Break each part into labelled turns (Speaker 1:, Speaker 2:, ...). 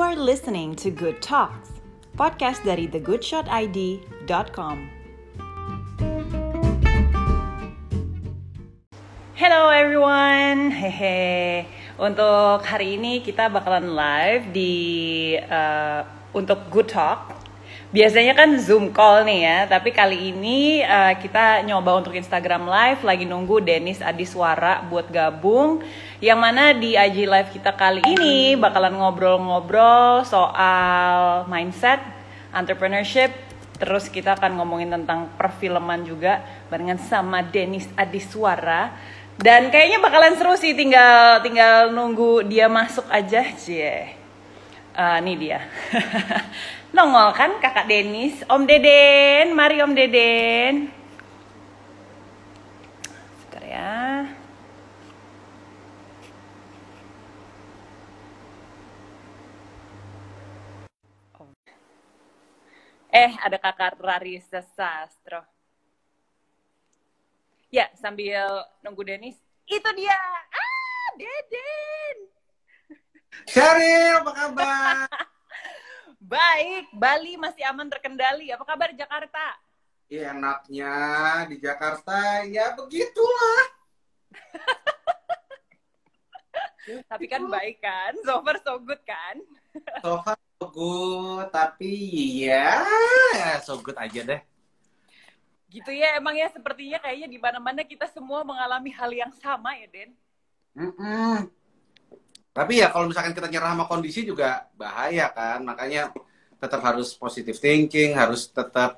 Speaker 1: are listening to Good Talks, podcast dari thegoodshotid.com. Hello everyone, hehe. Untuk hari ini kita bakalan live di untuk Good Talk. Biasanya kan Zoom call nih ya, tapi kali ini kita nyoba untuk Instagram Live, lagi nunggu Dennis Adiswara buat gabung. Yang mana di IG Live kita kali ini bakalan ngobrol-ngobrol soal mindset, entrepreneurship, terus kita akan ngomongin tentang perfilman juga barengan sama Dennis Adiswara. Dan kayaknya bakalan seru sih, tinggal nunggu dia masuk aja, cie. Nih dia. Nongol kan kakak Dennis, Om Deden, mari Om Deden. Sebentar ya. Ada kakak Rarisa Sastro. Ya, sambil nunggu Dennis, itu dia. Deden.
Speaker 2: Sheryl, apa kabar?
Speaker 1: Baik, Bali masih aman terkendali. Apa kabar Jakarta?
Speaker 2: Ya, enaknya di Jakarta, ya begitulah.
Speaker 1: Tapi kan baik kan? So far so good kan?
Speaker 2: So far so good, tapi ya so good aja deh.
Speaker 1: Gitu ya, emang ya sepertinya kayaknya di mana-mana kita semua mengalami hal yang sama ya, Den?
Speaker 2: Tapi ya kalau misalkan kita nyerah sama kondisi juga bahaya kan, makanya tetap harus positive thinking, harus tetap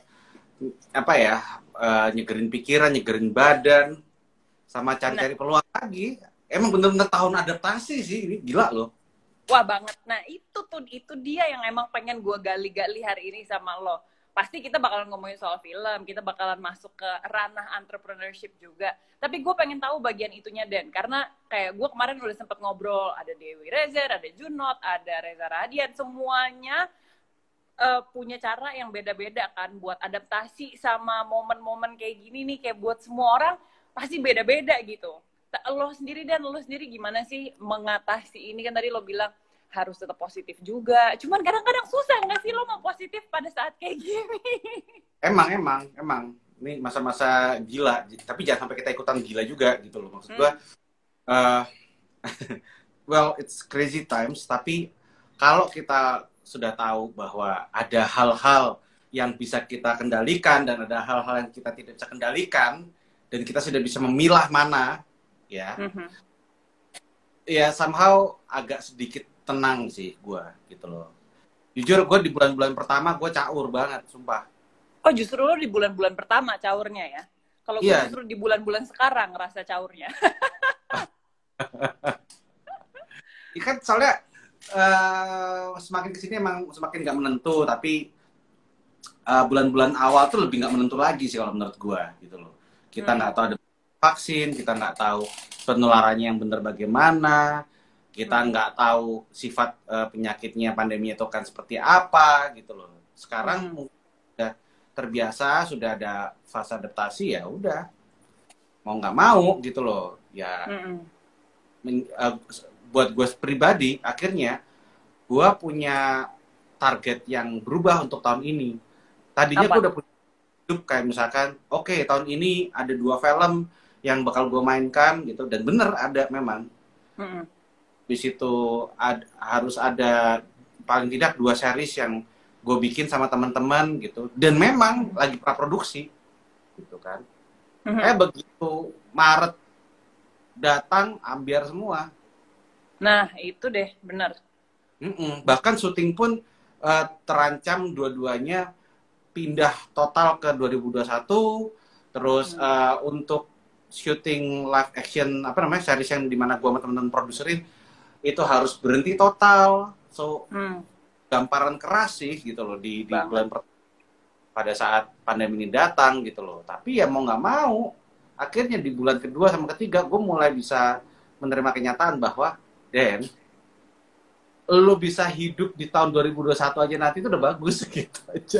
Speaker 2: nyegerin pikiran, nyegerin badan, sama cari-cari peluang lagi. Emang bener-bener tahun adaptasi sih, ini gila loh.
Speaker 1: Wah banget. Nah itu dia yang emang pengen gue gali-gali hari ini sama lo. Pasti kita bakalan ngomongin soal film, kita bakalan masuk ke ranah entrepreneurship juga. Tapi gue pengen tahu bagian itunya, Den. Karena kayak gue kemarin udah sempet ngobrol, ada Dewi Rezer, ada Junot, ada Reza Radian, semuanya punya cara yang beda-beda kan buat adaptasi sama momen-momen kayak gini nih. Kayak buat semua orang pasti beda-beda gitu. Lo sendiri gimana sih mengatasi ini? Kan tadi lo bilang harus tetap positif juga. Cuman kadang-kadang susah nggak sih lo mau positif pada saat kayak gini?
Speaker 2: Emang. Ini masa-masa gila. Tapi jangan sampai kita ikutan gila juga gitu loh. Maksud gue, well, it's crazy times. Tapi kalau kita sudah tahu bahwa ada hal-hal yang bisa kita kendalikan dan ada hal-hal yang kita tidak bisa kendalikan, dan kita sudah bisa memilah mana, ya, ya somehow agak sedikit tenang sih gue gitu loh. Jujur gue di bulan-bulan pertama gue caur banget, sumpah.
Speaker 1: Oh justru lo di bulan-bulan pertama caurnya ya? Kalau gue justru di bulan-bulan sekarang rasa caurnya.
Speaker 2: Ya kan soalnya semakin kesini emang semakin nggak menentu, tapi bulan-bulan awal tuh lebih nggak menentu lagi sih kalau menurut gue gitu loh. Kita nggak tahu ada vaksin, kita nggak tahu penularannya yang benar bagaimana. Kita nggak tahu sifat penyakitnya, pandemi itu kan seperti apa gitu loh. Sekarang udah terbiasa, sudah ada fase adaptasi, ya udah mau nggak mau gitu loh. Ya buat gue pribadi, akhirnya gue punya target yang berubah untuk tahun ini. Tadinya gue udah punya hidup kayak misalkan, oke, tahun ini ada 2 film yang bakal gue mainkan gitu, dan bener ada memang. Di situ harus ada paling tidak 2 series yang gue bikin sama teman-teman gitu, dan memang lagi praproduksi gitu kan. Begitu Maret datang ambiar semua.
Speaker 1: Nah itu deh bener.
Speaker 2: Bahkan syuting pun terancam dua-duanya pindah total ke 2021. Terus untuk syuting live action series yang dimana gue sama teman-teman produserin itu harus berhenti total. So gamparan keras sih gitu loh di bulan pada saat pandemi ini datang gitu loh. Tapi ya mau nggak mau, akhirnya di bulan kedua sama ketiga gue mulai bisa menerima kenyataan bahwa Den, lo bisa hidup di tahun 2021 aja nanti itu udah bagus gitu aja.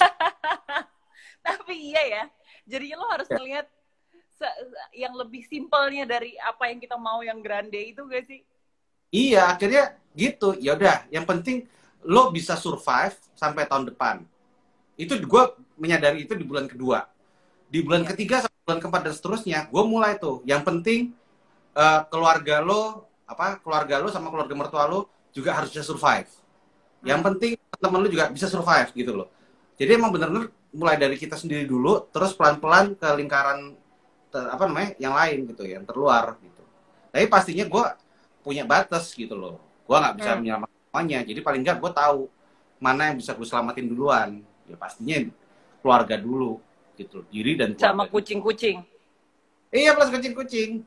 Speaker 1: Tapi iya ya, jadinya lo harus melihat yang lebih simpelnya dari apa yang kita mau yang grande itu gak sih?
Speaker 2: Iya, akhirnya gitu. Ya udah, yang penting lo bisa survive sampai tahun depan. Itu gue menyadari itu di bulan kedua. Di bulan ketiga sampai bulan keempat dan seterusnya, gue mulai tuh. Yang penting keluarga lo sama keluarga mertua lo juga harus bisa survive. Yang penting temen lo juga bisa survive gitu loh. Jadi emang bener-bener mulai dari kita sendiri dulu, terus pelan-pelan ke lingkaran yang lain gitu, yang terluar gitu. Tapi pastinya gue punya batas gitu loh. Gue nggak bisa menyelamatkan semuanya. Jadi paling nggak gue tahu mana yang bisa gue selamatin duluan. Ya pastinya keluarga dulu gitu, diri dan keluarga.
Speaker 1: Sama kucing-kucing.
Speaker 2: Iya, plus kucing-kucing.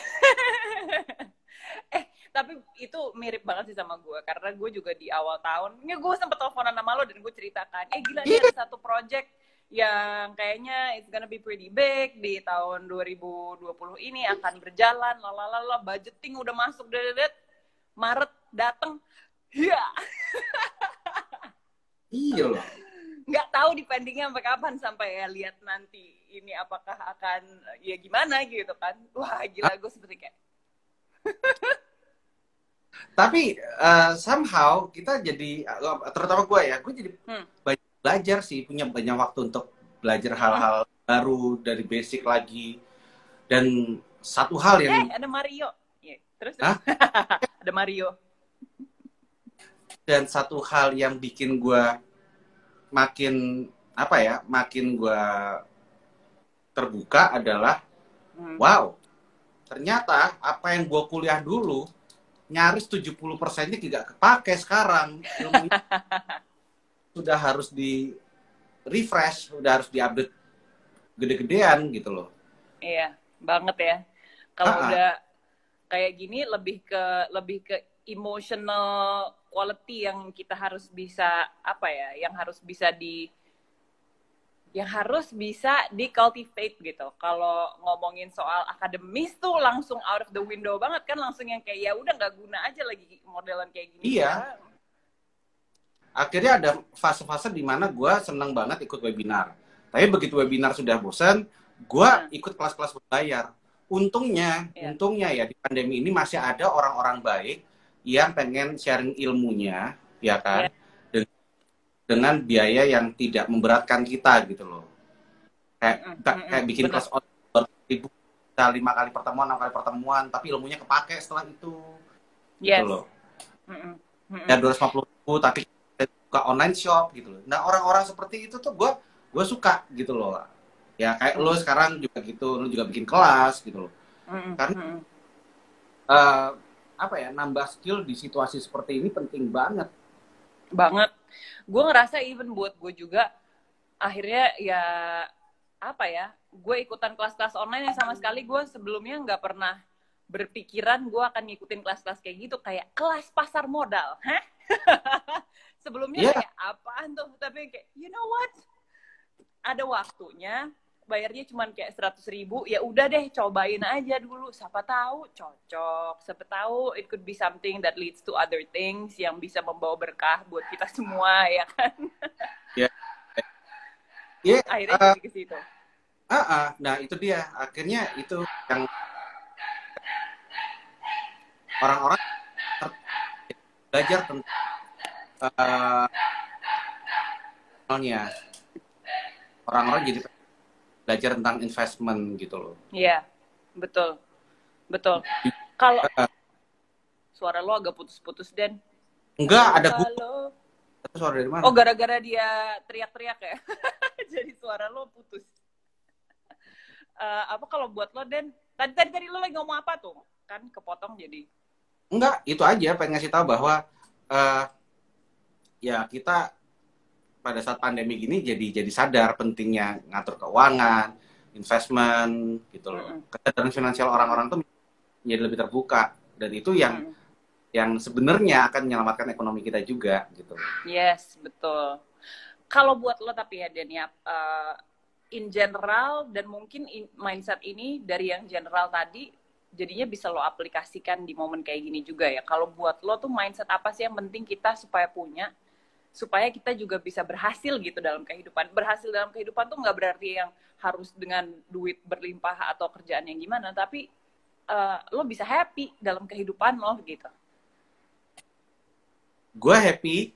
Speaker 1: Tapi itu mirip banget sih sama gue, karena gue juga di awal tahun, gue sempet teleponan sama lo dan gue ceritakan, gila nih ada satu project yang kayaknya it's gonna be pretty big di tahun 2020 ini akan berjalan, lalalala, budgeting udah masuk, Maret dateng, ya.
Speaker 2: Iya loh.
Speaker 1: Nggak tahu dipendingnya sampai kapan, sampai ya lihat nanti ini apakah akan ya gimana gitu kan. Wah gila, gue seperti kayak
Speaker 2: tapi somehow kita jadi, terutama gue jadi banyak belajar sih, punya banyak waktu untuk belajar hal-hal baru dari basic lagi. Dan satu hal yang
Speaker 1: ada Mario terus ada Mario.
Speaker 2: Dan satu hal yang bikin gue makin gue terbuka adalah wow, ternyata apa yang gue kuliah dulu nyaris 70%-nya tidak kepake sekarang. Sudah harus di refresh, sudah harus diupdate gede-gedean gitu loh.
Speaker 1: Iya, banget ya. Kalau udah kayak gini lebih ke emotional quality yang kita harus bisa yang harus bisa di cultivate gitu. Kalau ngomongin soal akademis tuh langsung out of the window banget kan, langsung yang kayak ya udah nggak guna aja lagi modelan kayak gini.
Speaker 2: Iya. Sekarang. Akhirnya ada fase-fase di mana gue seneng banget ikut webinar. Tapi begitu webinar sudah bosan, gue ikut kelas-kelas berbayar. Untungnya ya di pandemi ini masih ada orang-orang baik yang pengen sharing ilmunya, ya kan? Dengan biaya yang tidak memberatkan kita gitu loh. Kayak bikin kelas ribu, 5 kali pertemuan, 6 kali pertemuan, tapi ilmunya kepake setelah itu. Gitu loh. Ya 250.000 tapi buka online shop gitu loh. Nah, orang-orang seperti itu tuh gue suka gitu loh. Ya kayak lo sekarang juga gitu, lo juga bikin kelas gitu loh. Karena nambah skill di situasi seperti ini penting banget. Gue
Speaker 1: ngerasa even buat gue juga akhirnya ya gue ikutan kelas-kelas online yang sama sekali gue sebelumnya nggak pernah berpikiran gue akan ngikutin kelas-kelas kayak gitu, kayak kelas pasar modal. Sebelumnya kayak apaan tuh, tapi kayak you know what, ada waktunya bayarnya cuma kayak 100.000, ya udah deh cobain aja dulu, siapa tahu cocok, siapa tahu it could be something that leads to other things yang bisa membawa berkah buat kita semua, ya kan? Akhirnya jadi ke situ.
Speaker 2: Nah itu dia, akhirnya itu yang orang-orang belajar tentang orang-orang jadi belajar tentang investment gitu loh.
Speaker 1: Iya, betul. Kalau suara lo agak putus-putus, Den.
Speaker 2: Enggak, ada suara dari mana?
Speaker 1: Oh, gara-gara dia teriak-teriak ya. Jadi suara lo putus. Apa kalau buat lo, Den? Tadi lo lagi ngomong apa tuh? Kan kepotong jadi.
Speaker 2: Enggak, itu aja pengen ngasih tahu bahwa ya kita pada saat pandemi gini jadi sadar pentingnya ngatur keuangan, investment gitu loh. Kesadaran finansial orang-orang tuh jadi lebih terbuka, dan itu yang sebenarnya akan menyelamatkan ekonomi kita juga gitu.
Speaker 1: Yes, betul. Kalau buat lo tapi ya Den ya, in general dan mungkin mindset ini dari yang general tadi jadinya bisa lo aplikasikan di momen kayak gini juga ya. Kalau buat lo tuh mindset apa sih yang penting kita supaya punya, supaya kita juga bisa berhasil gitu dalam kehidupan. Berhasil dalam kehidupan tuh nggak berarti yang harus dengan duit berlimpah atau kerjaan yang gimana, tapi lo bisa happy dalam kehidupan lo gitu.
Speaker 2: Gue happy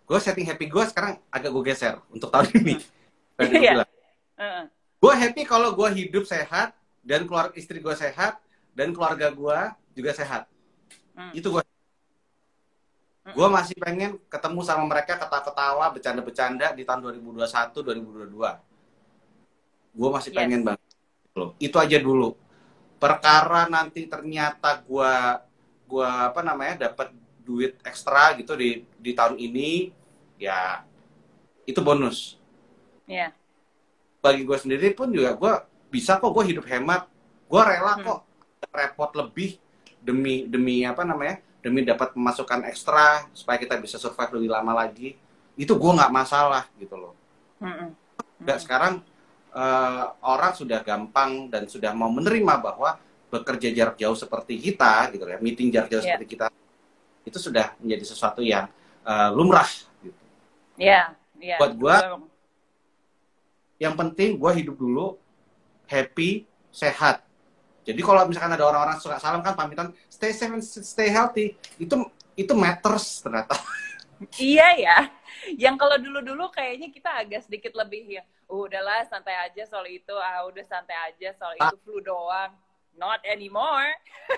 Speaker 2: gue setting happy gue sekarang agak gue geser untuk tahun ini.
Speaker 1: Iya.
Speaker 2: Gue happy kalau gue hidup sehat dan keluarga istri gue sehat dan keluarga gue juga sehat. Itu gue masih pengen ketemu sama mereka, ketawa-ketawa, bercanda-bercanda di tahun 2021, 2022. Gue masih pengen banget. Itu aja dulu. Perkara nanti ternyata gue apa namanya dapat duit ekstra gitu di tahun ini, ya itu bonus.
Speaker 1: Iya.
Speaker 2: Bagi gue sendiri pun juga gue bisa kok, gue hidup hemat, gue rela kok repot lebih demi apa namanya, demi dapat pemasukan ekstra supaya kita bisa survive lebih lama lagi. Itu gue nggak masalah gitu loh. Nggak, sekarang orang sudah gampang dan sudah mau menerima bahwa bekerja jarak jauh seperti kita gitu ya, meeting jarak jauh seperti kita itu sudah menjadi sesuatu yang lumrah gitu. Buat gue yang penting gue hidup dulu happy, sehat. Jadi kalau misalkan ada orang-orang suka salam kan pamitan stay safe and stay healthy, itu matters ternyata.
Speaker 1: Iya ya. Yang kalau dulu-dulu kayaknya kita agak sedikit lebih ya, udahlah santai aja soal itu, udah santai aja soal itu, flu doang. Not anymore.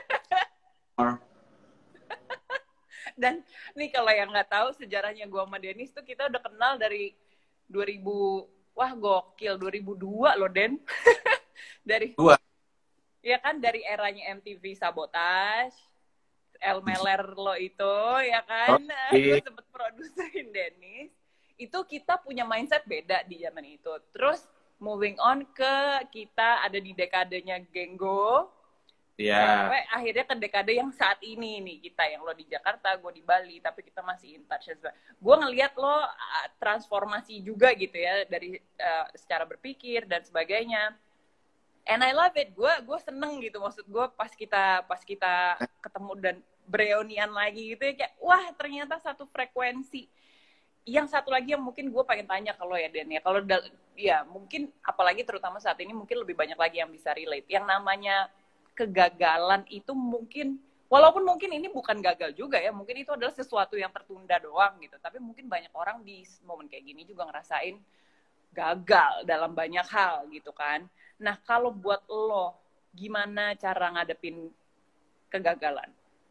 Speaker 1: Dan nih kalau yang nggak tahu sejarahnya gue sama Dennis tuh kita udah kenal dari 2000, wah gokil, 2002 loh Den. Dari ya kan, dari eranya MTV Sabotage, El Meler lo itu ya kan, gue sempet produserin Dennis. Itu kita punya mindset beda di zaman itu. Terus moving on ke kita ada di dekadenya Genggo. Sampai akhirnya ke dekade yang saat ini nih, kita yang lo di Jakarta, gue di Bali, tapi kita masih in touch. Gue ngeliat lo transformasi juga gitu ya, dari secara berpikir dan sebagainya. And I love it. Gue seneng gitu, maksud gue pas kita ketemu dan bereunian lagi gitu ya, kayak wah ternyata satu frekuensi. Yang satu lagi yang mungkin gue pengen tanya ke lo ya Den ya, kalau ya mungkin apalagi terutama saat ini mungkin lebih banyak lagi yang bisa relate. Yang namanya kegagalan itu mungkin, walaupun mungkin ini bukan gagal juga ya, mungkin itu adalah sesuatu yang tertunda doang gitu, tapi mungkin banyak orang di momen kayak gini juga ngerasain gagal dalam banyak hal gitu kan. Nah kalau buat lo, gimana cara ngadepin kegagalan?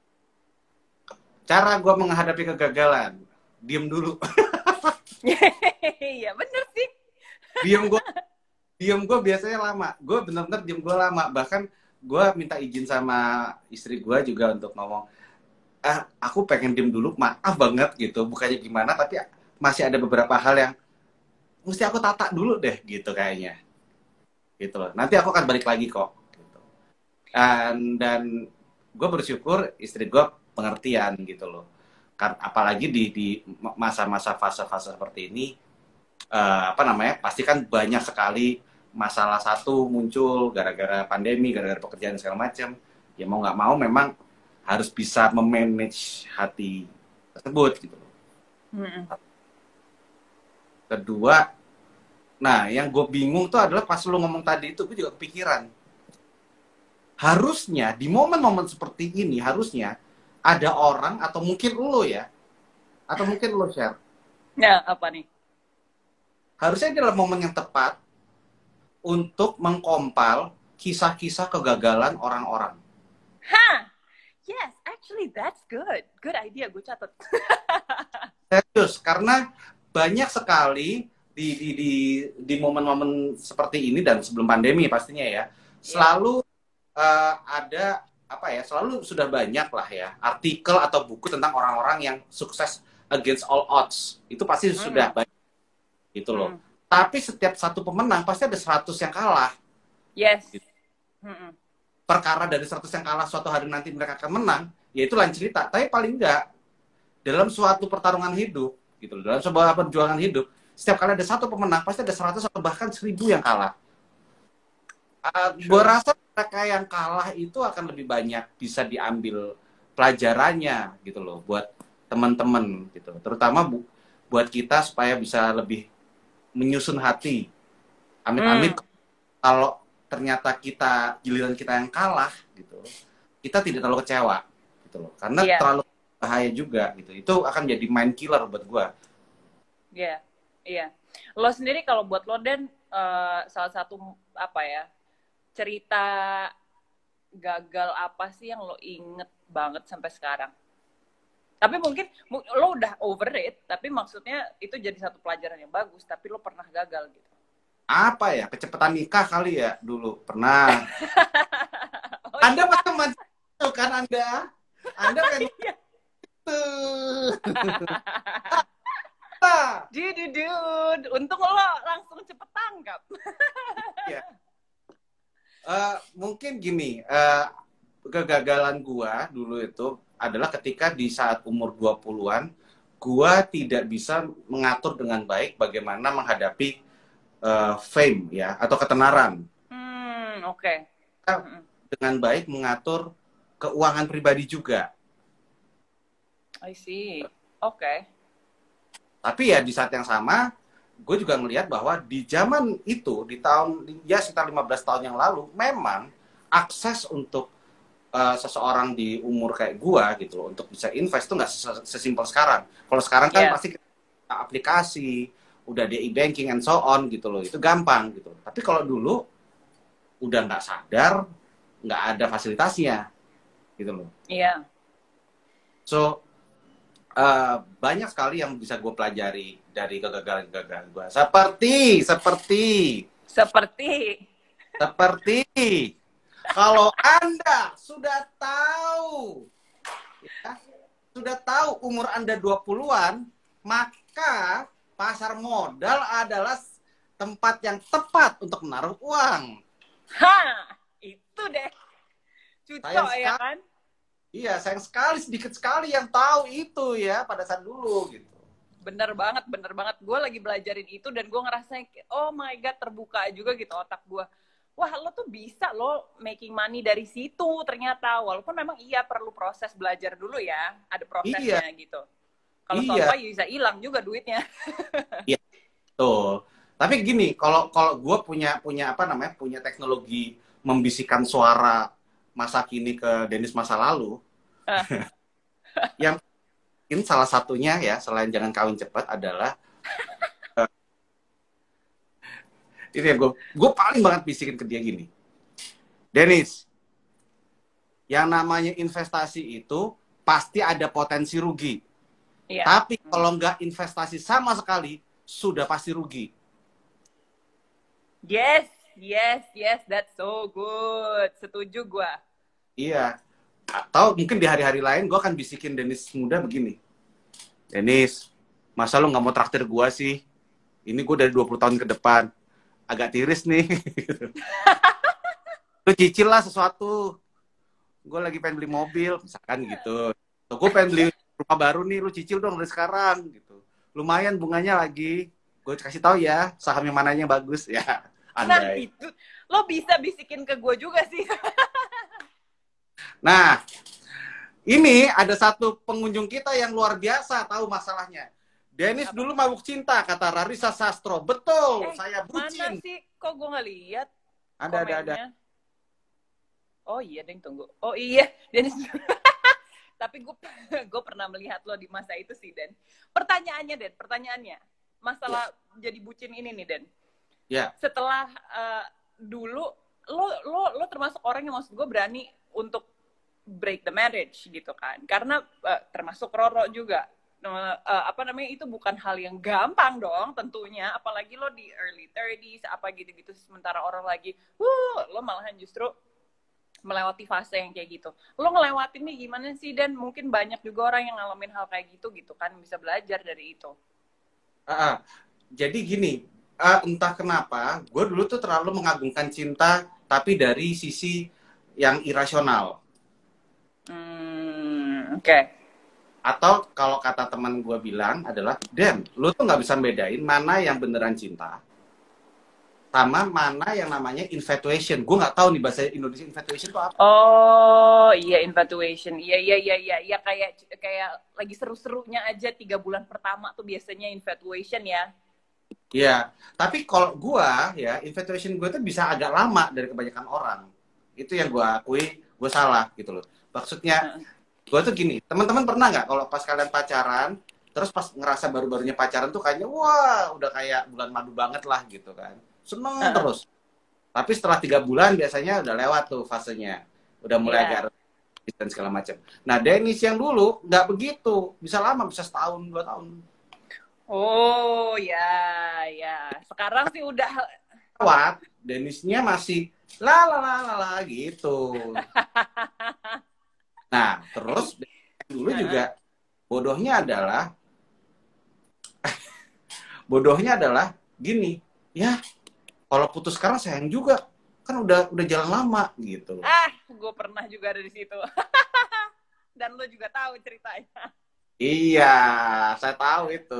Speaker 2: Cara gue menghadapi kegagalan, diem dulu.
Speaker 1: Iya bener sih.
Speaker 2: Diem gue biasanya lama. Gue bener-bener diem gue lama. Bahkan gue minta izin sama istri gue juga untuk ngomong, aku pengen diem dulu, maaf banget gitu. Bukannya gimana, tapi masih ada beberapa hal yang mesti aku tata dulu deh gitu kayaknya. Gitu loh. Nanti aku akan balik lagi kok. Gitu. Dan gue bersyukur istri gue pengertian gitu loh. Apalagi di masa-masa fase-fase seperti ini, apa namanya, pasti kan banyak sekali masalah satu muncul gara-gara pandemi, gara-gara pekerjaan segala macam. Ya mau nggak mau memang harus bisa memanage hati tersebut gitu loh. Kedua, nah yang gue bingung tuh adalah pas lu ngomong tadi itu, gue juga kepikiran. Harusnya di momen-momen seperti ini, harusnya ada orang, atau mungkin lo ya, atau mungkin lo share.
Speaker 1: Ya, apa nih?
Speaker 2: Harusnya adalah momen yang tepat untuk mengkompal kisah-kisah kegagalan orang-orang.
Speaker 1: Yes, actually that's good. Good idea, gue catat.
Speaker 2: Serius, karena banyak sekali di momen-momen seperti ini dan sebelum pandemi pastinya ya, selalu ada apa ya, selalu sudah banyak lah ya artikel atau buku tentang orang-orang yang sukses against all odds. Itu pasti sudah banyak gitu loh. Tapi setiap satu pemenang pasti ada 100 yang kalah.
Speaker 1: Yes.
Speaker 2: Gitu. Perkara dari 100 yang kalah suatu hari nanti mereka akan menang, ya itu lain cerita. Tapi paling enggak dalam suatu pertarungan hidup gitu loh, dalam sebuah perjuangan hidup, setiap kali ada satu pemenang pasti ada 100 atau bahkan 1000 yang kalah. Gue rasa mereka yang kalah itu akan lebih banyak bisa diambil pelajarannya gitu loh buat teman-teman gitu, terutama buat kita supaya bisa lebih menyusun hati. Amit-amit kalau ternyata giliran kita yang kalah gitu, kita tidak terlalu kecewa gitu loh, karena terlalu bahaya juga gitu. Itu akan jadi mind killer buat gue.
Speaker 1: Iya, iya. Lo sendiri kalau buat lo Dan, salah satu apa ya cerita gagal apa sih yang lo inget banget sampai sekarang? Tapi mungkin lo udah over it, tapi maksudnya itu jadi satu pelajaran yang bagus, tapi lo pernah gagal gitu.
Speaker 2: Apa ya? Kecepatan nikah kali ya dulu pernah.
Speaker 1: Oh
Speaker 2: Anda
Speaker 1: iya.
Speaker 2: pasti mancing kan Anda? Anda kan
Speaker 1: Iya.
Speaker 2: itu.
Speaker 1: Dude, untung lo langsung cepet tanggap.
Speaker 2: Ya. Mungkin gini, kegagalan gua dulu itu adalah ketika di saat umur 20-an, gua tidak bisa mengatur dengan baik bagaimana menghadapi fame ya atau ketenaran.
Speaker 1: Oke.
Speaker 2: Dengan baik mengatur keuangan pribadi juga.
Speaker 1: I see. Oke.
Speaker 2: Tapi ya di saat yang sama, gue juga melihat bahwa di zaman itu, di tahun, ya sekitar 15 tahun yang lalu, memang akses untuk seseorang di umur kayak gue gitu loh, untuk bisa invest tuh nggak sesimpel sekarang. Kalau sekarang kan pasti aplikasi, udah di e-banking and so on gitu loh, itu gampang gitu. Tapi kalau dulu, udah nggak sadar, nggak ada fasilitasnya gitu loh.
Speaker 1: Iya.
Speaker 2: So, banyak sekali yang bisa gue pelajari dari kegagalan-kegagalan gue. Seperti kalau Anda sudah tahu umur Anda 20-an, maka pasar modal adalah tempat yang tepat untuk menaruh uang.
Speaker 1: Itu deh. Cucok ya kan?
Speaker 2: Iya, sayang sekali, sedikit sekali yang tahu itu ya pada saat dulu gitu.
Speaker 1: Bener banget. Gue lagi belajarin itu dan gue ngerasain, oh my God, terbuka juga gitu otak gue. Wah, lo tuh bisa lo making money dari situ ternyata. Walaupun memang iya perlu proses belajar dulu ya. Ada prosesnya gitu. Kalau soalnya bisa hilang juga duitnya.
Speaker 2: Iya, tuh. Tapi gini, kalau gue punya teknologi membisikkan suara masa kini ke Dennis masa lalu, yang mungkin salah satunya ya selain jangan kawin cepat adalah itu ya gue paling banget bisikin ke dia gini, Dennis, yang namanya investasi itu pasti ada potensi rugi, tapi kalau nggak investasi sama sekali sudah pasti rugi.
Speaker 1: Yes, that's so good. Setuju gue.
Speaker 2: Iya. Atau mungkin di hari-hari lain gue akan bisikin Dennis muda begini. Dennis, masa lo nggak mau traktir gue sih? Ini gue dari 20 tahun ke depan. Agak tiris nih. Lo cicil lah sesuatu. Gue lagi pengen beli mobil, misalkan gitu. Gue pengen beli rumah baru nih, lo cicil dong dari sekarang. Gitu. Lumayan bunganya lagi. Gue kasih tahu ya, saham yang mananya bagus ya.
Speaker 1: Andai. Nah itu, lo bisa bisikin ke gue juga sih.
Speaker 2: Nah, ini ada satu pengunjung kita yang luar biasa tahu masalahnya. Dennis dulu mabuk cinta, kata Rarisa Sastro. Betul, saya bucin.
Speaker 1: Mana sih? Kok gue nggak lihat?
Speaker 2: Ada.
Speaker 1: Oh iya, Deng, tunggu. Oh iya, Dennis. Tapi gue pernah melihat lo di masa itu sih, Den. Pertanyaannya. Masalah jadi bucin ini nih, Den.
Speaker 2: Ya.
Speaker 1: Setelah dulu lo termasuk orang yang maksud gue berani untuk break the marriage gitu kan, karena termasuk Roro juga itu bukan hal yang gampang dong tentunya, apalagi lo di early 30s apa gitu-gitu, sementara orang lagi lo malahan justru melewati fase yang kayak gitu. Lo ngelewatinnya gimana sih? Dan mungkin banyak juga orang yang ngalamin hal kayak gitu kan, bisa belajar dari itu.
Speaker 2: Jadi gini, entah kenapa gue dulu tuh terlalu mengagungkan cinta tapi dari sisi yang irasional.
Speaker 1: Oke.
Speaker 2: Atau kalau kata teman gue bilang adalah, Dan, lu tuh nggak bisa bedain mana yang beneran cinta sama mana yang namanya infatuation. Gue nggak tahu nih bahasa Indonesia infatuation itu apa.
Speaker 1: Oh iya, infatuation. Iya kayak lagi seru-serunya aja 3 bulan pertama tuh biasanya infatuation ya.
Speaker 2: Iya, tapi kalau gue ya infatuation gue tuh bisa agak lama dari kebanyakan orang. Itu yang gue akui, gue salah gitu loh. Maksudnya gue tuh gini, teman-teman pernah nggak kalau pas kalian pacaran Terus pas ngerasa baru-barunya pacaran tuh kayaknya wah udah kayak bulan madu banget lah gitu kan. Seneng
Speaker 1: Heeh.
Speaker 2: terus. Tapi setelah 3 bulan biasanya udah lewat tuh fasenya. Udah mulai
Speaker 1: Iya.
Speaker 2: agak dan segala macam. Nah, Dennis yang dulu nggak begitu. Bisa lama, bisa setahun, 2 tahun.
Speaker 1: Oh ya, ya. Sekarang sih udah.
Speaker 2: Lewat, Dennisnya masih la la la la la gitu. Nah, terus dulu
Speaker 1: Heeh.
Speaker 2: juga bodohnya adalah bodohnya adalah gini, ya kalau putus sekarang sayang juga kan udah jalan lama gitu.
Speaker 1: Gue pernah juga ada di situ. Dan lo juga tahu ceritanya.
Speaker 2: Iya, saya tahu itu.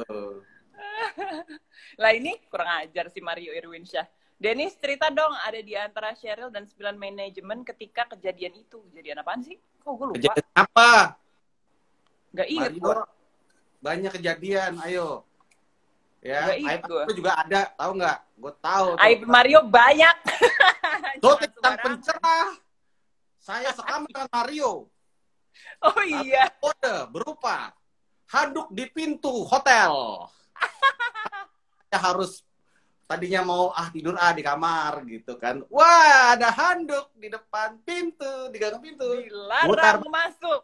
Speaker 1: Lah ini kurang ajar si Mario Irwinsyah. Dennis, cerita dong, ada di antara Cheryl dan 9 manajemen ketika kejadian itu. Kejadian apaan sih? Kok gue lupa?
Speaker 2: Kejadian apa?
Speaker 1: Gak inget
Speaker 2: Mario,
Speaker 1: gue.
Speaker 2: banyak kejadian, ayo. Ya,
Speaker 1: Gak inget
Speaker 2: aib
Speaker 1: gue.
Speaker 2: aku juga ada, tahu nggak? Gue tahu tuh.
Speaker 1: Aib Mario banyak.
Speaker 2: Tuh
Speaker 1: Jangan
Speaker 2: tentang
Speaker 1: sembarangan.
Speaker 2: pencerah. Saya sekam dengan Mario.
Speaker 1: Oh iya.
Speaker 2: Kode berupa handuk di pintu hotel. Saya harus tadinya mau tidur di kamar gitu kan. Wah, ada handuk di depan pintu, di gagang pintu. Mutar.
Speaker 1: Dilarang masuk.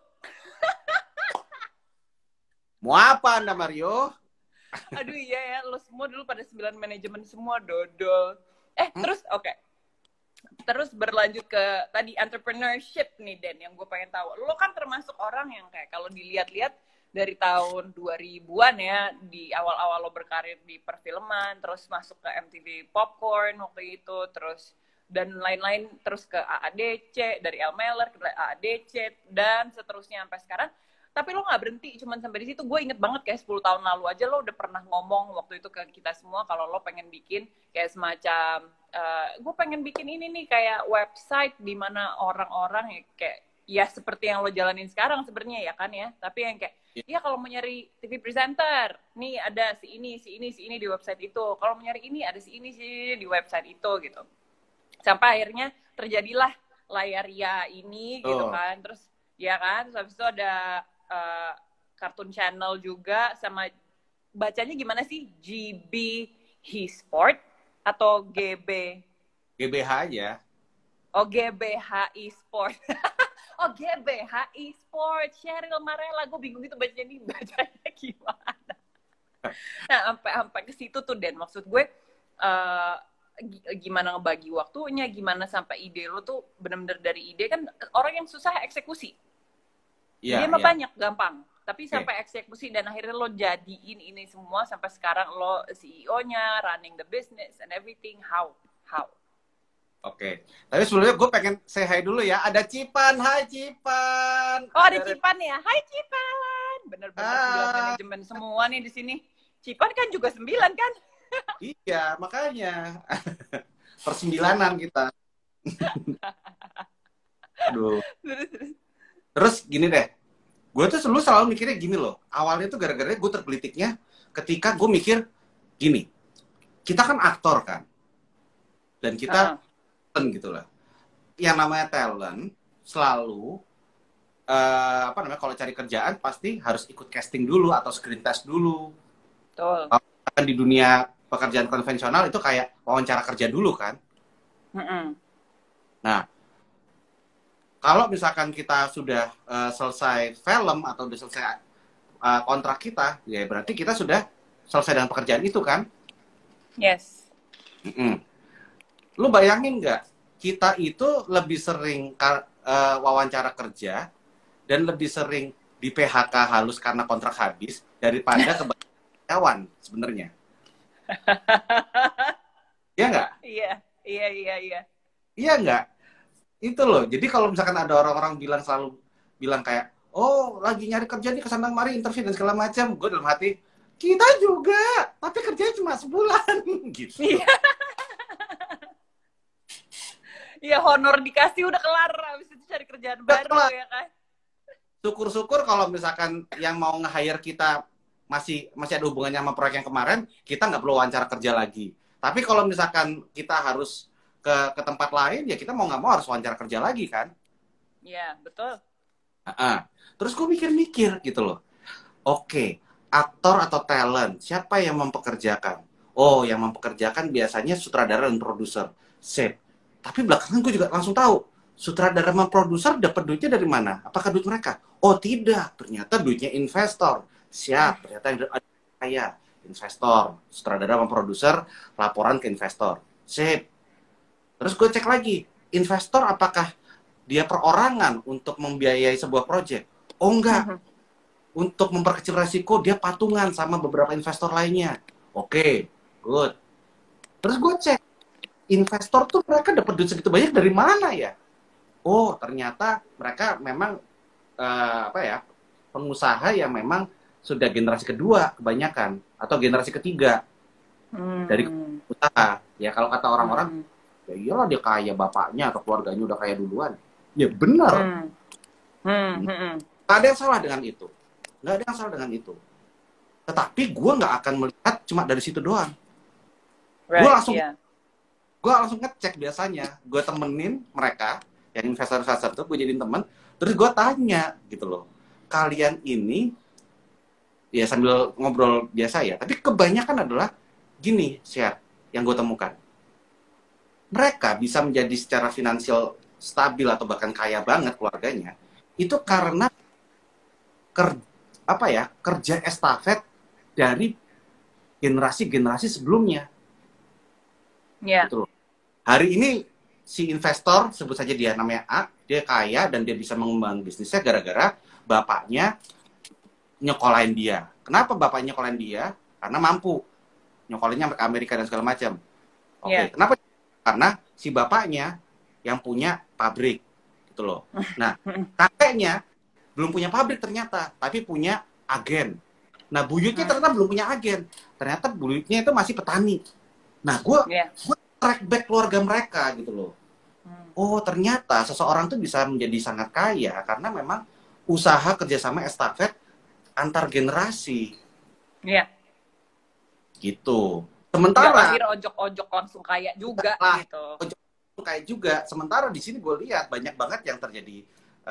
Speaker 2: Mau apa Anda Mario?
Speaker 1: Aduh iya ya, lo semua dulu pada 9 manajemen semua dodol. Terus oke. Terus berlanjut ke tadi entrepreneurship nih Den, yang gue pengen tahu. Lo kan termasuk orang yang kayak kalau dilihat-lihat dari tahun 2000-an ya, di awal-awal lo berkarir di perfilman, terus masuk ke MTV Popcorn waktu itu, terus dan lain-lain, terus ke AADC, dari Elmeler ke AADC, dan seterusnya sampai sekarang. Tapi lo nggak berhenti cuman sampai di situ. Gue inget banget kayak 10 tahun lalu aja lo udah pernah ngomong waktu itu ke kita semua kalau lo pengen bikin kayak semacam gue pengen bikin ini nih kayak website di mana orang-orang ya kayak ya seperti yang lo jalanin sekarang sebenarnya ya kan ya. Tapi yang kayak ya kalau mau nyari TV presenter, nih ada si ini di website itu. Kalau mau nyari ini ada si ini di website itu gitu. Sampai akhirnya terjadilah Layaria ini gitu kan. Terus ya kan, terus habis itu ada Cartoon Channel juga, sama bacanya gimana sih? GB Hisport atau GB?
Speaker 2: GBH aja.
Speaker 1: Oh, GBH Sport. Oh, GBH Sport. Cheryl Marella, gue bingung itu bacanya gimana. Nah, sampai ke situ tuh Den, maksud gue gimana ngebagi waktunya, gimana sampai ide lo tuh bener-bener dari ide kan orang yang susah eksekusi. Dia mah banyak, gampang. Tapi sampai eksekusi dan akhirnya lo jadiin ini semua sampai sekarang lo CEO-nya, running the business and everything. How?
Speaker 2: Oke. Tapi sebelumnya gue pengen say hi dulu ya. Ada Cipan. Hai Cipan.
Speaker 1: Oh, ada Cipan ya. Hai Cipan. Bener-bener 9 manajemen semua nih di sini. Cipan kan juga 9 kan?
Speaker 2: Iya, makanya. Persembilanan kita. Aduh. Terus gini deh, gue tuh selalu mikirnya gini loh. Awalnya tuh gara-gara gue tergelitiknya ketika gue mikir gini, kita kan aktor kan, dan kita talent gitu lah. Yang namanya talent selalu kalau cari kerjaan pasti harus ikut casting dulu atau screen test dulu.
Speaker 1: Betul.
Speaker 2: Kan di dunia pekerjaan konvensional itu kayak wawancara kerja dulu kan. Nah, kalau misalkan kita sudah selesai film atau sudah selesai kontrak kita, ya berarti kita sudah selesai dengan pekerjaan itu kan?
Speaker 1: Yes.
Speaker 2: Lu bayangin nggak, kita itu lebih sering wawancara kerja dan lebih sering di PHK halus karena kontrak habis daripada karyawan sebenarnya. Iya nggak?
Speaker 1: Iya.
Speaker 2: Iya nggak? Itu loh. Jadi kalau misalkan ada orang-orang selalu bilang kayak, oh lagi nyari kerja nih kesana kemari interview dan segala macam, gue dalam hati kita juga, tapi kerjanya cuma sebulan gitu.
Speaker 1: Iya, honor dikasih udah kelar, habis itu cari kerjaan baru ya kan.
Speaker 2: Syukur-syukur kalau misalkan yang mau nge-hire kita masih ada hubungannya sama proyek yang kemarin, kita nggak perlu wawancara kerja lagi. Tapi kalau misalkan kita harus ke tempat lain, ya kita mau nggak mau harus wawancara kerja lagi kan?
Speaker 1: Iya, betul.
Speaker 2: Terus gue mikir-mikir gitu loh. Oke, aktor atau talent, siapa yang mempekerjakan? Oh, yang mempekerjakan biasanya sutradara dan produser. Sip. Tapi belakangan gue juga langsung tahu, sutradara dan produser dapat duitnya dari mana? Apakah duit mereka? Oh tidak, ternyata duitnya investor. Siap, ternyata yang ada kaya investor, sutradara dan produser laporan ke investor. Sip. Terus gue cek lagi, investor apakah dia perorangan untuk membiayai sebuah proyek? Oh enggak, untuk memperkecil resiko dia patungan sama beberapa investor lainnya. Oke, good. Terus gue cek, investor tuh mereka dapat duit segitu banyak dari mana ya? Oh, ternyata mereka memang apa ya, pengusaha yang memang sudah generasi kedua kebanyakan atau generasi ketiga dari usaha. Ya kalau kata orang-orang, ya iyalah dia kaya, bapaknya atau keluarganya udah kaya duluan. Ya benar. Nggak ada yang salah dengan itu. Nggak ada yang salah dengan itu. Tetapi gue nggak akan melihat cuma dari situ doang. Gue langsung ngecek biasanya. Gue temenin mereka, yang investor-investor tuh, gue jadiin temen. Terus gue tanya gitu loh, kalian ini, ya sambil ngobrol biasa ya, tapi kebanyakan adalah gini, share yang gue temukan. Mereka bisa menjadi secara finansial stabil atau bahkan kaya banget keluarganya, itu karena kerja estafet dari generasi-generasi sebelumnya. Gitu loh. Hari ini si investor, sebut saja dia namanya A, dia kaya dan dia bisa mengembangkan bisnisnya gara-gara bapaknya nyekolahin dia. Kenapa bapaknya nyekolahin dia? Karena mampu. Nyekolahinnya ke Amerika dan segala macam. Oke. Kenapa? Karena si bapaknya yang punya pabrik. Gitu loh. Nah, kakeknya belum punya pabrik ternyata, tapi punya agen. Nah, buyutnya ternyata belum punya agen. Ternyata buyutnya itu masih petani. Nah, gue track back keluarga mereka gitu loh. Oh, ternyata seseorang tuh bisa menjadi sangat kaya karena memang usaha kerjasama estafet antar generasi.
Speaker 1: Iya.
Speaker 2: Gitu. Sementara
Speaker 1: nggak lahir ojok-ojok langsung kaya juga gitu.
Speaker 2: Ojok kaya juga. Sementara di sini gue lihat banyak banget yang terjadi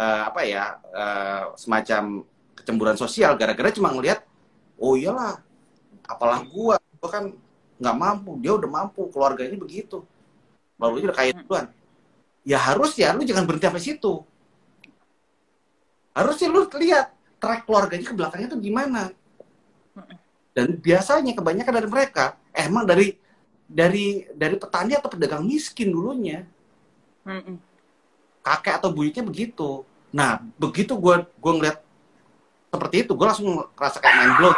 Speaker 2: semacam kecemburuan sosial gara-gara cuma ngelihat, oh iyalah, apalah gue kan nggak mampu, dia udah mampu, keluarganya begitu, baru udah kaya duluan. Ya harusnya lu jangan berhenti sampai situ. Harusnya lu lihat track keluarganya ke belakangnya tuh gimana. Dan biasanya kebanyakan dari mereka emang dari petani atau pedagang miskin dulunya. Kakek atau buyutnya begitu. Nah, begitu gue ngeliat seperti itu, gue langsung ngerasa kayak mind blown.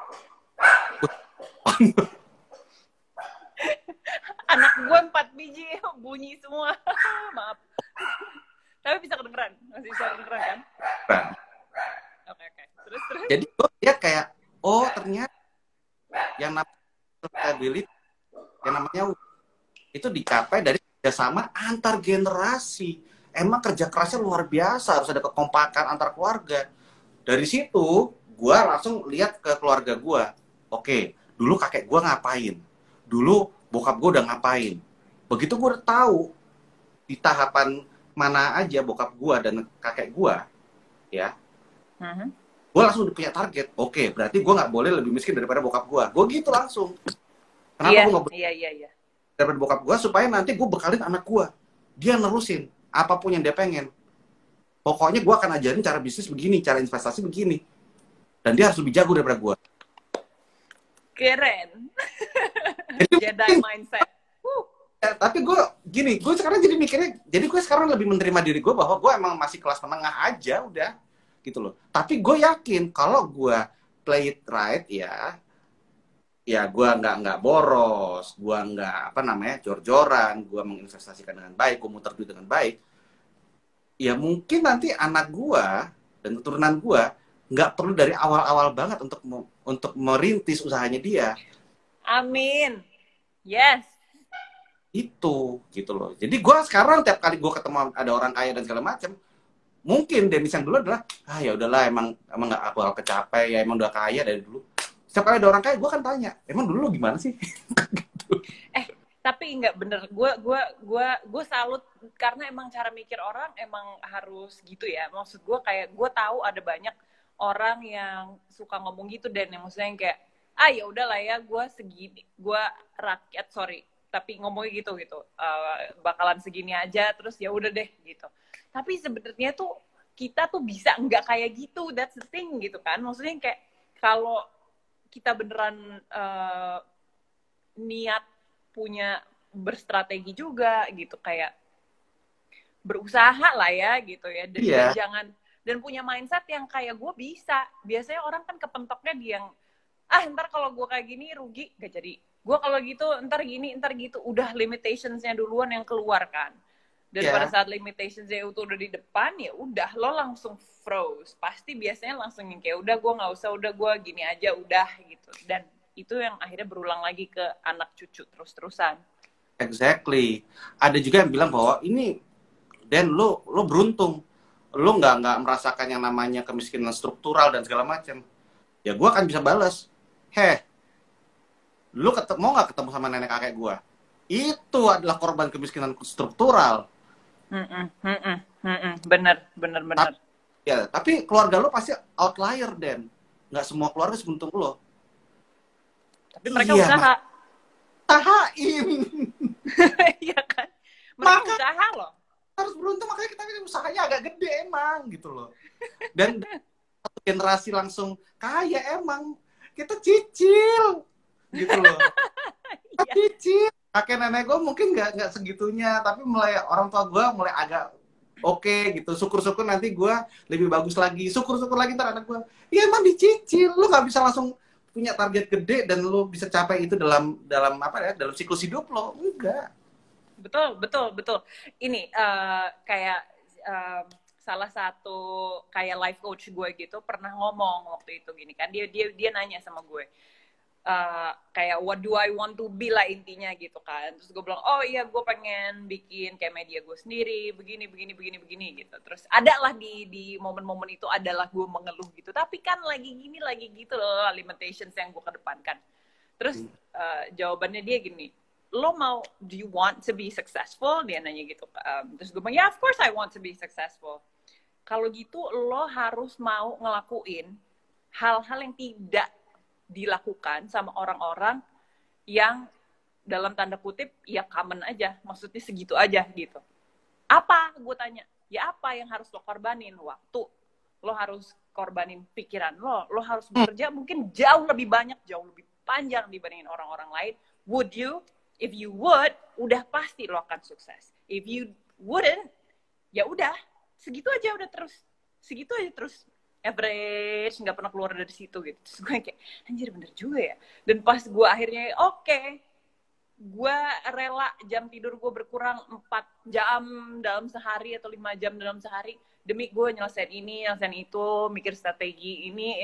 Speaker 1: Anak gue 4 biji bunyi semua. Maaf. Tapi bisa kedengeran. Masih bisa kedengeran kan? Oke. Terus.
Speaker 2: Jadi gue lihat kayak, oh ternyata yang namanya stability, yang namanya itu dicapai dari kerjasama antar generasi. Emang kerja kerasnya luar biasa, harus ada kekompakan antar keluarga. Dari situ, gue langsung lihat ke keluarga gue. Oke, dulu kakek gue ngapain? Dulu bokap gue udah ngapain? Begitu gue udah tahu di tahapan mana aja bokap gue dan kakek gue, ya, gue langsung udah punya target. Oke, berarti gue nggak boleh lebih miskin daripada bokap gue. Gue gitu langsung. Kenapa gue nggak boleh daripada bokap gue? Supaya nanti gue bekalin anak gue. Dia nerusin apapun yang dia pengen. Pokoknya gue akan ajarin cara bisnis begini, cara investasi begini. Dan dia harus lebih jago daripada gue.
Speaker 1: Keren. Jedi mindset.
Speaker 2: Ya, tapi gue gini, gue sekarang jadi mikirnya, jadi gue sekarang lebih menerima diri gue bahwa gue emang masih kelas menengah aja, udah. Gitu loh. Tapi gue yakin kalau gue play it right, ya gue nggak boros, gue nggak jor-joran, gue menginvestasikan dengan baik, gue muter duit dengan baik. Ya mungkin nanti anak gue dan keturunan gue nggak perlu dari awal-awal banget untuk merintis usahanya dia.
Speaker 1: Amin. Yes.
Speaker 2: Itu gitu loh. Jadi gue sekarang tiap kali gue ketemu ada orang kaya dan segala macam, mungkin Dennis yang dulu adalah ya udahlah emang nggak aku kecapai, ya emang udah kaya dari dulu. Setiap kali ada orang kaya gue kan tanya, emang dulu lo gimana sih? Gitu.
Speaker 1: Tapi nggak bener, gue salut karena emang cara mikir orang emang harus gitu ya. Maksud gue kayak gue tahu ada banyak orang yang suka ngomong gitu, dan yang maksudnya yang kayak ya udahlah ya, gue segini, gue rakyat, sorry tapi ngomongnya gitu bakalan segini aja, terus ya udah deh gitu. Tapi sebenarnya tuh kita tuh bisa nggak kayak gitu, that's the thing gitu kan. Maksudnya kayak kalau kita beneran niat punya berstrategi juga gitu, kayak berusaha lah ya gitu ya, dan jangan, dan punya mindset yang kayak gue bisa. Biasanya orang kan kepentoknya di yang ntar kalau gue kayak gini rugi, gak jadi. Gue kalau gitu ntar gini ntar gitu, udah limitationsnya duluan yang keluar kan. Dan pada saat limitationsnya itu udah di depan, ya udah lo langsung froze. Pasti biasanya langsung yang kayak udah gue nggak usah, udah gue gini aja udah gitu. Dan itu yang akhirnya berulang lagi ke anak cucu terus-terusan.
Speaker 2: Exactly. Ada juga yang bilang bahwa ini, Dan, lo beruntung, lo nggak merasakan yang namanya kemiskinan struktural dan segala macam. Ya gue akan bisa balas, lo mau nggak ketemu sama nenek kakek gue? Itu adalah korban kemiskinan struktural.
Speaker 1: Bener.
Speaker 2: Ya, tapi keluarga lo pasti outlier, Dan. Nggak semua keluarga seberuntung lo.
Speaker 1: Tapi mereka usaha.
Speaker 2: Usahain.
Speaker 1: Iya kan? Mereka usaha loh.
Speaker 2: Harus beruntung, makanya kita usahanya agak gede emang gitu loh. Dan satu generasi langsung kaya emang. Kita cicil gitu loh. Kita cicil. Kakek nenek gue mungkin nggak segitunya, tapi mulai orang tua gue mulai agak oke gitu. Syukur-syukur nanti gue lebih bagus lagi. Syukur-syukur lagi ntar anak gue. Ya emang dicicil. Lu nggak bisa langsung punya target gede dan lu bisa capai itu dalam apa ya, dalam siklus hidup lo. Enggak.
Speaker 1: Betul. Ini kayak salah satu kayak life coach gue gitu pernah ngomong waktu itu gini kan, dia nanya sama gue kayak what do I want to be lah intinya gitu kan. Terus gue bilang oh iya gue pengen bikin kayak media gue sendiri begini gitu. Terus adalah di momen-momen itu adalah gue mengeluh gitu, tapi kan lagi gini lagi gitu loh limitations yang gue kedepankan. Terus jawabannya dia gini, lo mau, do you want to be successful? Dia nanya gitu. Terus gue bilang, yeah, of course I want to be successful. Kalau gitu, lo harus mau ngelakuin hal-hal yang tidak dilakukan sama orang-orang yang dalam tanda kutip, ya common aja. Maksudnya segitu aja gitu. Apa? Gue tanya. Ya apa yang harus lo korbanin? Waktu. Lo harus korbanin pikiran lo. Lo harus bekerja mungkin jauh lebih banyak, jauh lebih panjang dibandingin orang-orang lain. Would you? If you would, udah pasti lo akan sukses. If you wouldn't, ya udah segitu aja terus average, nggak pernah keluar dari situ gitu. Terus gue kayak anjir bener juga ya. Dan pas gue akhirnya gue rela jam tidur gue berkurang 4 jam dalam sehari atau 5 jam dalam sehari demi gue nyelesain ini, nyelesain itu, mikir strategi ini.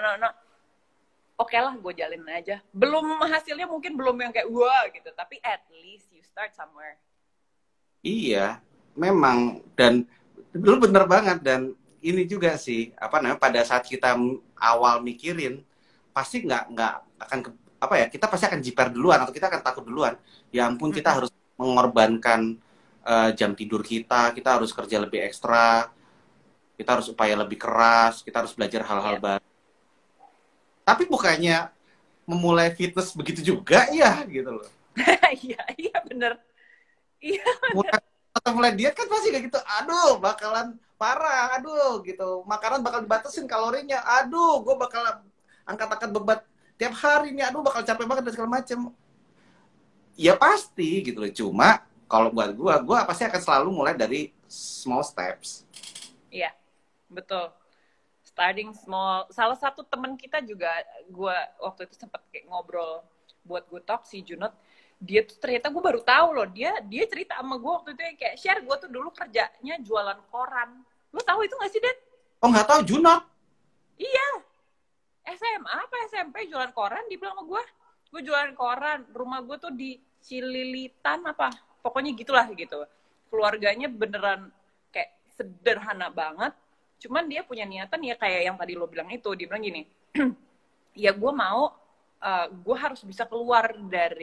Speaker 1: Oke lah, gue jalanin aja. Belum hasilnya mungkin belum yang kayak wah gitu, tapi at least you start somewhere.
Speaker 2: Iya, memang. Dan lu bener banget. Dan ini juga sih, apa namanya, pada saat kita awal mikirin, pasti nggak akan kita pasti akan jiper duluan atau kita akan takut duluan. Ya ampun, kita harus mengorbankan jam tidur kita harus kerja lebih ekstra, kita harus upaya lebih keras, kita harus belajar hal-hal baru. Tapi bukannya memulai fitness begitu juga ya gitu loh.
Speaker 1: Iya bener. Iya.
Speaker 2: Mulai diet kan pasti kayak gitu. Aduh, bakalan parah. Aduh, gitu. Makanan bakal dibatasin kalorinya. Aduh, gue bakal angkat-angkat beban tiap hari nih. Aduh, bakal capek banget dan segala macem. Ya pasti gitu loh. Cuma kalau buat gue pasti akan selalu mulai dari small steps.
Speaker 1: Iya, betul. Starting small. Salah satu teman kita juga, gue waktu itu sempat kayak ngobrol buat Good Talk, si Junot. Dia tuh ternyata gue baru tahu loh, dia cerita sama gue waktu itu kayak share, gue tuh dulu kerjanya jualan koran. Lo tahu itu nggak sih, Den?
Speaker 2: Oh, nggak tahu, Junot?
Speaker 1: Iya. SMA apa SMP jualan koran, dia bilang sama gue jualan koran. Rumah gue tuh di Cililitan apa, pokoknya gitulah gitu. Keluarganya beneran kayak sederhana banget. Cuman dia punya niatan ya kayak yang tadi lo bilang itu. Dia bilang gini, ya gue mau, gue harus bisa keluar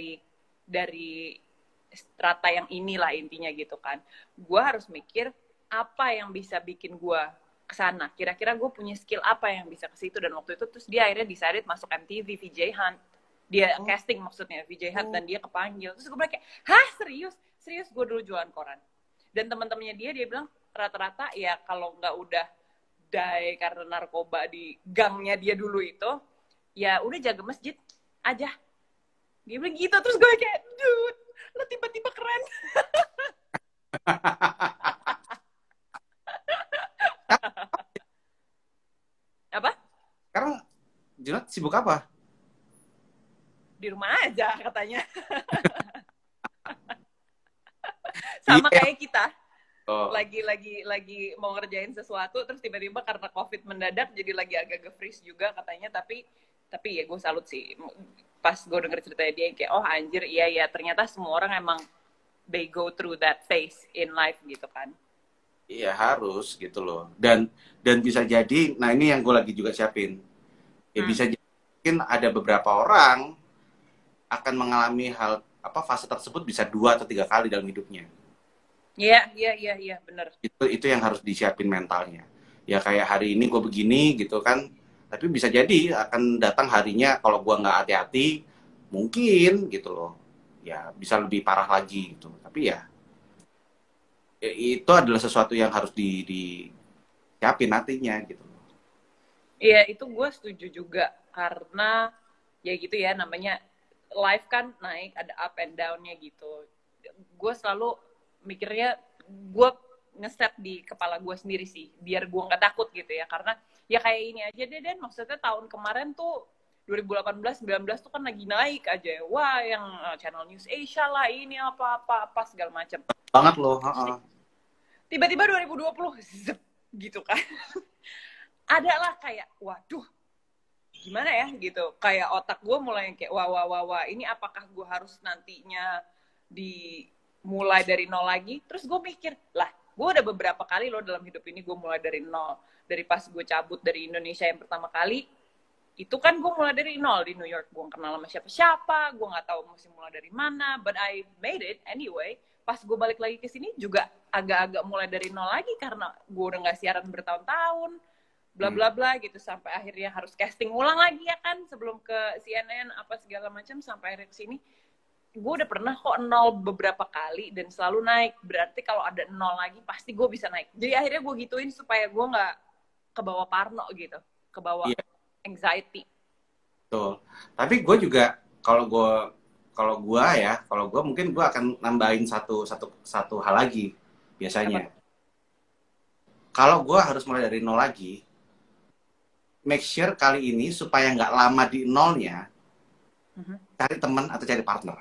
Speaker 1: dari strata yang inilah intinya gitu kan. Gue harus mikir apa yang bisa bikin gue ke sana. Kira-kira gue punya skill apa yang bisa ke situ, dan waktu itu terus dia akhirnya decided masuk MTV VJ Hunt. Dia casting maksudnya VJ Hunt, dan dia kepanggil. Terus gue bilang kayak, "Hah, serius?" Serius, gue dulu jualan koran. Dan teman-temannya dia bilang rata-rata ya kalau nggak udah die karena narkoba di gangnya dia dulu itu, ya udah jaga masjid aja. Dia bilang gitu. Terus gue kayak, "Dude, lo tiba-tiba keren." Apa?
Speaker 2: Sekarang Junot sibuk apa?
Speaker 1: Di rumah aja katanya. Sama
Speaker 2: Iya.
Speaker 1: kayak kita.
Speaker 2: Oh.
Speaker 1: Lagi mau ngerjain sesuatu terus tiba-tiba karena COVID mendadak jadi lagi agak nge-freeze juga katanya, tapi ya gue salut sih pas gue denger ceritanya dia kayak, oh anjir, iya ternyata semua orang emang they go through that phase in life gitu kan.
Speaker 2: Iya harus gitu loh. Dan bisa jadi, nah ini yang gue lagi juga siapin. Ya bisa jadi mungkin ada beberapa orang akan mengalami hal apa fase tersebut bisa 2 atau 3 kali dalam hidupnya.
Speaker 1: Iya, bener.
Speaker 2: Itu yang harus disiapin mentalnya. Ya kayak hari ini gue begini gitu kan, tapi bisa jadi akan datang harinya kalau gue nggak hati-hati, mungkin gitu loh. Ya bisa lebih parah lagi gitu. Tapi ya itu adalah sesuatu yang harus disiapin nantinya gitu.
Speaker 1: Iya, itu gue setuju juga karena ya gitu ya, namanya life kan naik, ada up and down-nya gitu. Gue selalu mikirnya, gue ngeset di kepala gue sendiri sih, biar gue nggak takut gitu ya, karena ya kayak ini aja deh, Dan, maksudnya tahun kemarin tuh 2018-19 tuh kan lagi naik aja, wah yang Channel News Asia lah, ini apa segala macam.
Speaker 2: Banget loh.
Speaker 1: Tiba-tiba 2020 zep, gitu kan. Ada lah kayak, waduh, gimana ya gitu. Kayak otak gue mulai kayak, wah, ini apakah gue harus nantinya dimulai dari nol lagi? Terus gue mikir, lah, gue udah beberapa kali loh dalam hidup ini gue mulai dari nol. Dari pas gue cabut dari Indonesia yang pertama kali, itu kan gue mulai dari nol di New York. Gue gak kenal sama siapa-siapa, gue gak tahu mesti mulai dari mana, but I made it anyway. Pas gue balik lagi ke sini juga agak-agak mulai dari nol lagi karena gue udah gak siaran bertahun-tahun, bla bla bla gitu, sampai akhirnya harus casting ulang lagi ya kan, sebelum ke CNN apa segala macam, sampai akhirnya kesini. Gue udah pernah kok nol beberapa kali dan selalu naik. Berarti kalau ada nol lagi pasti gue bisa naik. Jadi akhirnya gue gituin supaya gue nggak kebawa parno gitu, kebawa anxiety.
Speaker 2: Betul. Tapi gue juga kalau gue mungkin gue akan nambahin satu hal lagi biasanya. Kalau gue harus mulai dari nol lagi, make sure kali ini supaya nggak lama di nolnya, cari teman atau cari partner.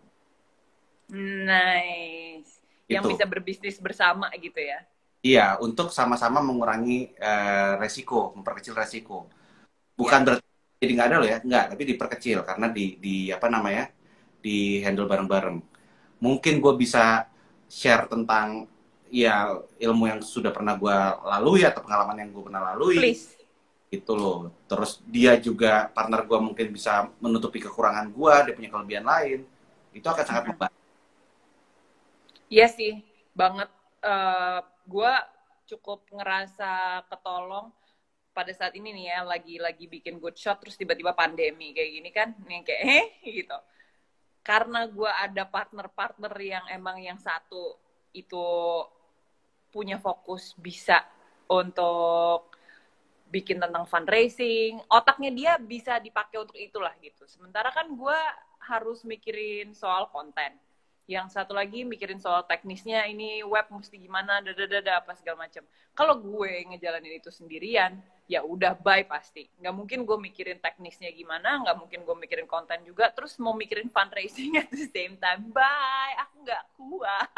Speaker 1: Nice. Yang
Speaker 2: Gitu.
Speaker 1: bisa berbisnis bersama gitu ya.
Speaker 2: Iya, untuk sama-sama mengurangi resiko, memperkecil resiko. Bukan berarti jadi nggak ada loh ya, nggak, tapi diperkecil karena di apa namanya, di handle bareng-bareng. Mungkin gue bisa share tentang ya ilmu yang sudah pernah gue lalui atau pengalaman yang gue pernah lalui.
Speaker 1: Please.
Speaker 2: Gitu loh. Terus dia juga, partner gue mungkin bisa menutupi kekurangan gue, dia punya kelebihan lain. Itu akan sangat membantu.
Speaker 1: Iya sih, banget. Gue cukup ngerasa ketolong pada saat ini nih ya, lagi bikin good shot terus tiba-tiba pandemi kayak gini kan, nih kayak gitu. Karena gue ada partner yang emang yang satu itu punya fokus bisa untuk bikin tentang fundraising, otaknya dia bisa dipakai untuk itulah gitu. Sementara kan gue harus mikirin soal konten. Yang satu lagi mikirin soal teknisnya, ini web mesti gimana, apa segala macam. Kalau gue ngejalanin itu sendirian, ya udah bye pasti. Nggak mungkin gue mikirin teknisnya gimana, nggak mungkin gue mikirin konten juga, terus mau mikirin fundraising at the same time. Bye, aku nggak kuat.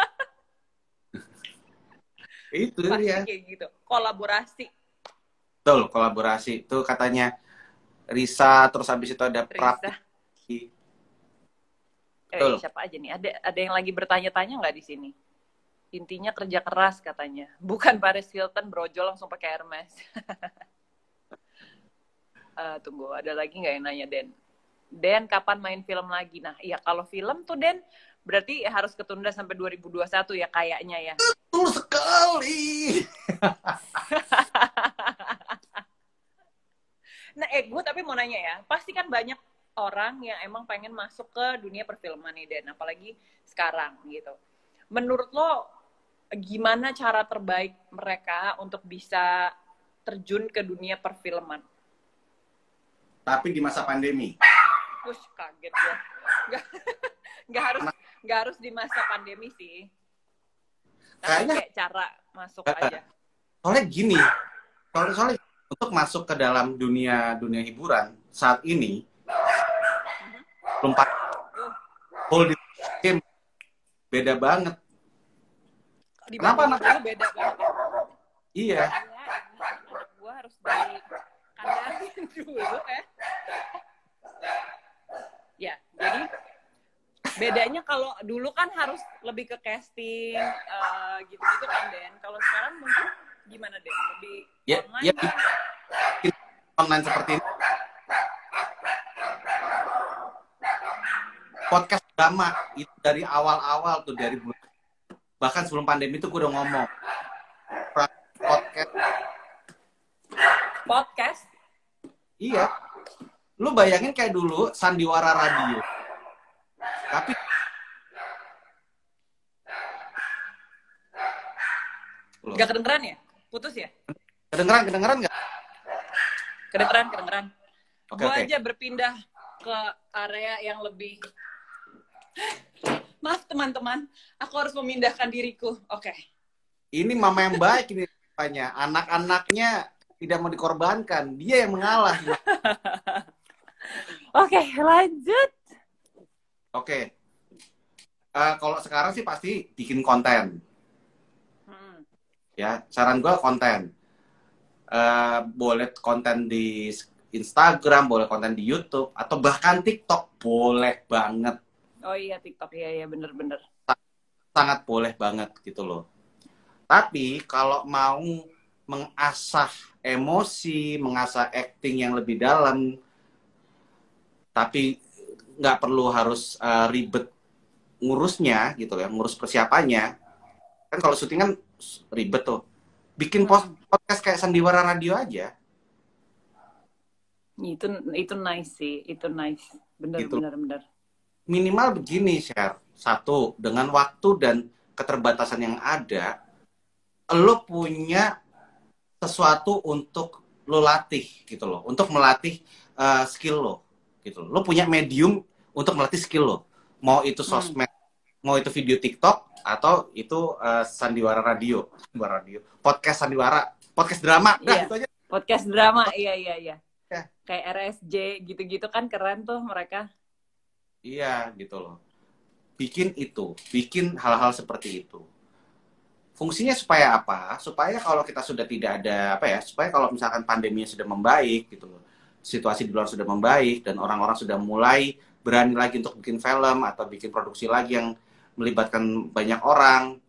Speaker 2: Itu
Speaker 1: pasti
Speaker 2: ya.
Speaker 1: Kayak gitu. Kolaborasi.
Speaker 2: Betul, kolaborasi. Itu katanya Risa, terus habis itu ada Prapi.
Speaker 1: Siapa aja nih? Ada yang lagi bertanya-tanya nggak di sini? Intinya kerja keras katanya. Bukan Paris Hilton brojol langsung pakai Hermes. Tunggu, ada lagi nggak yang nanya, Den? Den, kapan main film lagi? Nah, iya kalau film tuh, Den, berarti harus ketunda sampai 2021 ya kayaknya ya.
Speaker 2: Betul sekali.
Speaker 1: gue tapi mau nanya ya, pasti kan banyak orang yang emang pengen masuk ke dunia perfilman nih, Dan, apalagi sekarang gitu. Menurut lo, gimana cara terbaik mereka untuk bisa terjun ke dunia perfilman?
Speaker 2: Tapi di masa pandemi.
Speaker 1: Terus kaget gue. Nggak, nggak harus di masa pandemi sih. Tapi
Speaker 2: Kayaknya
Speaker 1: kayak cara masuk aja.
Speaker 2: soalnya gini, soalnya untuk masuk ke dalam dunia hiburan saat ini belum whole di game beda banget. Kenapa
Speaker 1: Dibanding dulu beda banget ya.
Speaker 2: Iya.
Speaker 1: Ya, ini anak gue harus dikandangin dulu ya. Ya, jadi bedanya kalau dulu kan harus lebih ke casting gitu-gitu kan, Den. Kalau sekarang mungkin gimana, Den? Lebih online kan?
Speaker 2: Online seperti ini. Podcast drama itu dari awal-awal tuh, dari bulan, bahkan sebelum pandemi itu gue udah ngomong podcast. Iya, lu bayangin kayak dulu sandiwara radio, tapi
Speaker 1: nggak kedengeran ya? Putus ya?
Speaker 2: kedengeran nggak?
Speaker 1: Kedengeran.
Speaker 2: Oke.
Speaker 1: Aja berpindah ke area yang lebih. Maaf teman-teman, aku harus memindahkan diriku. Oke.
Speaker 2: Ini mama yang baik ini rupanya. Anak-anaknya tidak mau dikorbankan, dia yang mengalah.
Speaker 1: Oke, lanjut.
Speaker 2: Oke. Kalau sekarang sih pasti bikin konten. Ya, saran gue konten. Boleh konten di Instagram, boleh konten di YouTube, atau bahkan TikTok, boleh banget.
Speaker 1: Oh iya, TikTok, iya bener-bener.
Speaker 2: Sangat boleh banget gitu loh. Tapi kalau mau mengasah emosi, mengasah acting yang lebih dalam, tapi nggak perlu harus ribet ngurusnya gitu ya, ngurus persiapannya. Kan kalau syuting kan ribet tuh. Bikin podcast kayak sandiwara radio aja.
Speaker 1: Itu nice sih, itu nice. Bener.
Speaker 2: Minimal begini, share. Satu, dengan waktu dan keterbatasan yang ada, lo punya sesuatu untuk lo latih gitu loh, untuk melatih skill lo gitu loh. Lo punya medium untuk melatih skill lo. Mau itu sosmed, mau itu video TikTok, atau itu sandiwara radio, podcast sandiwara, podcast drama,
Speaker 1: iya.
Speaker 2: Gitu aja.
Speaker 1: Podcast drama, iya. Ya. Kayak RSJ gitu-gitu kan keren tuh mereka.
Speaker 2: Iya, gitu loh. Bikin hal-hal seperti itu. Fungsinya supaya apa? Supaya kalau kita sudah tidak ada supaya kalau misalkan pandeminya sudah membaik gitu loh. Situasi di luar sudah membaik dan orang-orang sudah mulai berani lagi untuk bikin film atau bikin produksi lagi yang melibatkan banyak orang.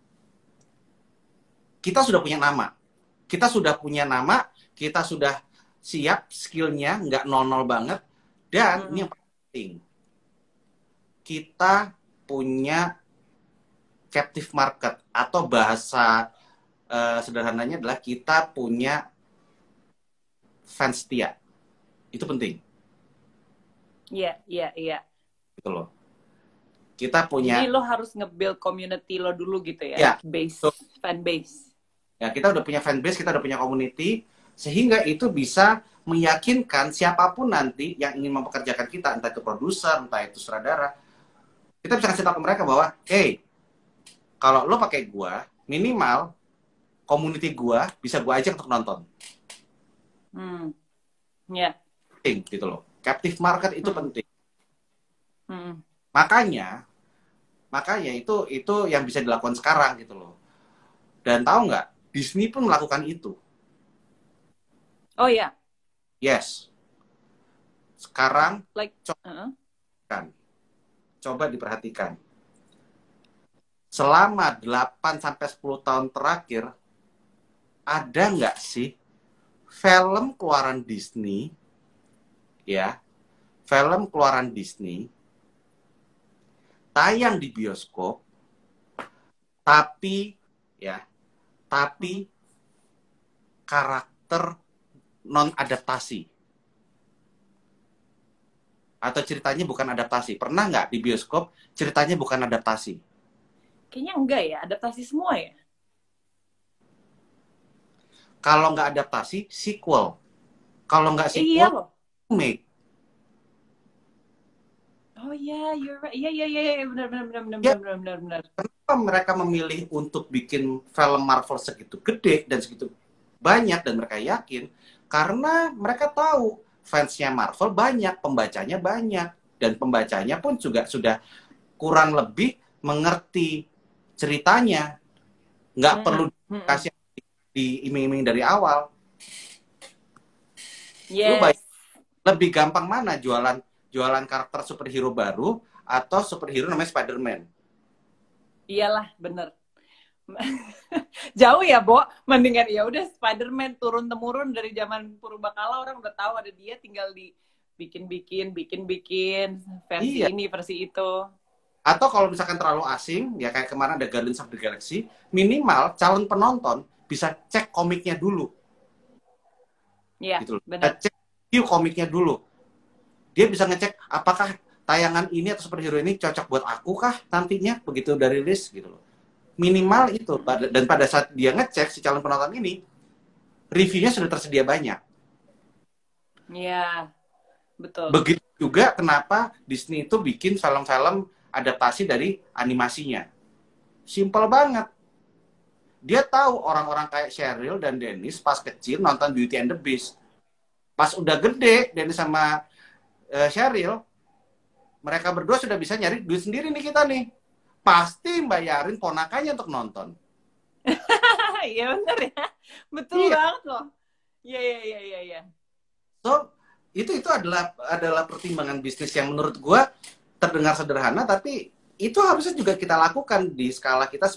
Speaker 2: Kita sudah punya nama. Kita sudah siap, skillnya nggak nol-nol banget, dan ini yang penting, kita punya captive market, atau bahasa sederhananya adalah kita punya fans setia. Itu penting.
Speaker 1: Iya.
Speaker 2: Gitu loh. Kita punya.
Speaker 1: Jadi lo harus nge-build community lo dulu gitu ya, fan base.
Speaker 2: Ya, kita udah punya fan base, kita udah punya community, sehingga itu bisa meyakinkan siapapun nanti yang ingin mempekerjakan kita, entah itu produser, entah itu sutradara, kita bisa kasih tahu ke mereka bahwa, kalau lo pakai gua, minimal community gua bisa gua ajak untuk nonton. Penting gitu loh. Captive market itu penting. Makanya itu yang bisa dilakukan sekarang gitu loh. Dan tahu nggak, Disney pun melakukan itu.
Speaker 1: Oh ya.
Speaker 2: Yes. Sekarang coba diperhatikan. Selama 8-10 tahun terakhir, ada nggak sih film keluaran Disney, tayang di bioskop, tapi karakter non adaptasi. atau ceritanya bukan adaptasi? Pernah nggak di bioskop ceritanya bukan adaptasi?
Speaker 1: Kayaknya enggak ya, adaptasi semua ya.
Speaker 2: Kalau nggak adaptasi, sequel. Kalau nggak
Speaker 1: Iya
Speaker 2: sequel,
Speaker 1: loh.
Speaker 2: remake.
Speaker 1: Oh iya, you're right. Iya, iya, iya, iya, benar, benar, benar, benar,
Speaker 2: Ya,
Speaker 1: benar, benar, benar, benar.
Speaker 2: kenapa mereka memilih untuk bikin film Marvel segitu gede dan segitu banyak dan mereka yakin? Karena mereka tahu fansnya Marvel banyak, pembacanya banyak, dan pembacanya pun juga sudah kurang lebih mengerti ceritanya. Nggak perlu dikasih diiming-iming dari awal. Lu
Speaker 1: Yes.
Speaker 2: lebih gampang mana jualan jualan karakter superhero baru atau superhero namanya Spider-Man?
Speaker 1: Iyalah, bener. Jauh ya, Bo. Mendingan ya udah Spider-Man turun temurun dari zaman purbakala, orang udah tahu ada dia, tinggal bikin versi
Speaker 2: Iya.
Speaker 1: ini, versi itu.
Speaker 2: Atau kalau misalkan terlalu asing, ya kayak kemarin ada Guardians of the Galaxy, minimal calon penonton bisa cek komiknya dulu.
Speaker 1: Iya,
Speaker 2: Gitu loh.
Speaker 1: bener.
Speaker 2: Cek view komiknya dulu. Dia bisa ngecek apakah tayangan ini atau superhero ini cocok buat aku kah nantinya begitu udah rilis gitu loh. Minimal itu. Dan pada saat dia ngecek si calon penonton ini, reviewnya sudah tersedia banyak.
Speaker 1: Iya, betul.
Speaker 2: Begitu juga kenapa Disney itu bikin film-film adaptasi dari animasinya. Simple banget. Dia tahu orang-orang kayak Cheryl dan Dennis pas kecil nonton Beauty and the Beast. Pas udah gede, Dennis sama Cheryl, mereka berdua sudah bisa nyari duit sendiri nih kita nih. Pasti bayarin ponakannya untuk nonton.
Speaker 1: Iya bener ya. Betul
Speaker 2: Iya.
Speaker 1: banget loh. Iya, iya, iya, iya, iya.
Speaker 2: So, itu adalah pertimbangan bisnis yang menurut gue terdengar sederhana, tapi itu harusnya juga kita lakukan di skala kita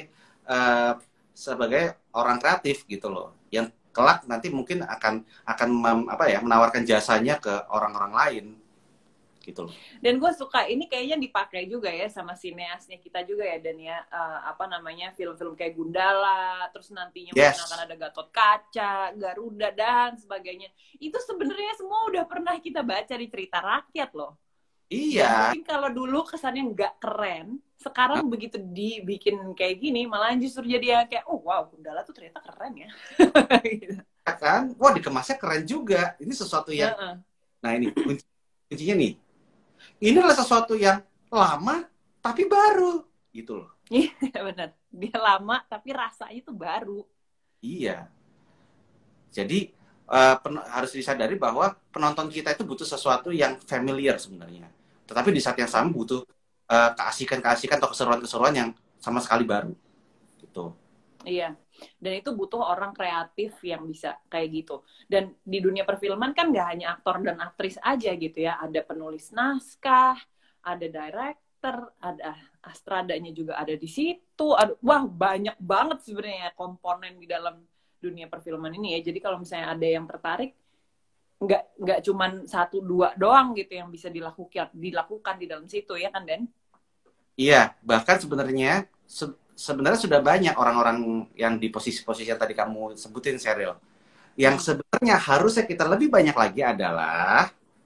Speaker 2: sebagai orang kreatif gitu loh, yang kelak nanti mungkin akan menawarkan jasanya ke orang-orang lain gitu loh.
Speaker 1: Dan gue suka ini kayaknya dipakai juga ya sama sineasnya kita juga ya, dan ya apa namanya, film-film kayak Gundala, terus nantinya mungkin
Speaker 2: Yes.
Speaker 1: akan ada Gatot Kaca, Garuda dan sebagainya. Itu sebenarnya semua udah pernah kita baca di cerita rakyat loh. Dan
Speaker 2: Iya,
Speaker 1: mungkin kalau dulu kesannya nggak keren, sekarang begitu dibikin kayak gini malah justru jadi yang kayak, oh wow, Gundala tuh ternyata keren ya. Gitu.
Speaker 2: kan? Wah, dikemasnya keren juga. Ini sesuatu yang, nah ini kuncinya nih. Ini adalah sesuatu yang lama tapi baru gitu loh.
Speaker 1: Iya benar. Dia lama tapi rasanya tuh baru.
Speaker 2: Iya. Jadi harus disadari bahwa penonton kita itu butuh sesuatu yang familiar sebenarnya. Tetapi di saat yang sama butuh keasikan-keasikan atau keseruan-keseruan yang sama sekali baru. Gitu.
Speaker 1: Iya. Dan itu butuh orang kreatif yang bisa kayak gitu. Dan di dunia perfilman kan nggak hanya aktor dan aktris aja gitu ya. Ada penulis naskah, ada director, ada astradanya juga ada di situ. Wah, banyak banget sebenarnya komponen di dalam dunia perfilman ini ya. Jadi kalau misalnya ada yang tertarik, nggak cuman 1-2 doang gitu yang bisa dilakukan di dalam situ ya kan, Den?
Speaker 2: Iya, bahkan sebenarnya sudah banyak orang-orang yang di posisi-posisi yang tadi kamu sebutin, Cheryl. Yang sebenarnya harusnya kita lebih banyak lagi adalah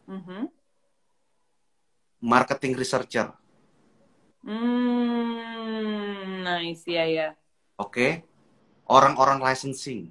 Speaker 2: marketing researcher.
Speaker 1: Nice, ya.
Speaker 2: Oke? Orang-orang licensing.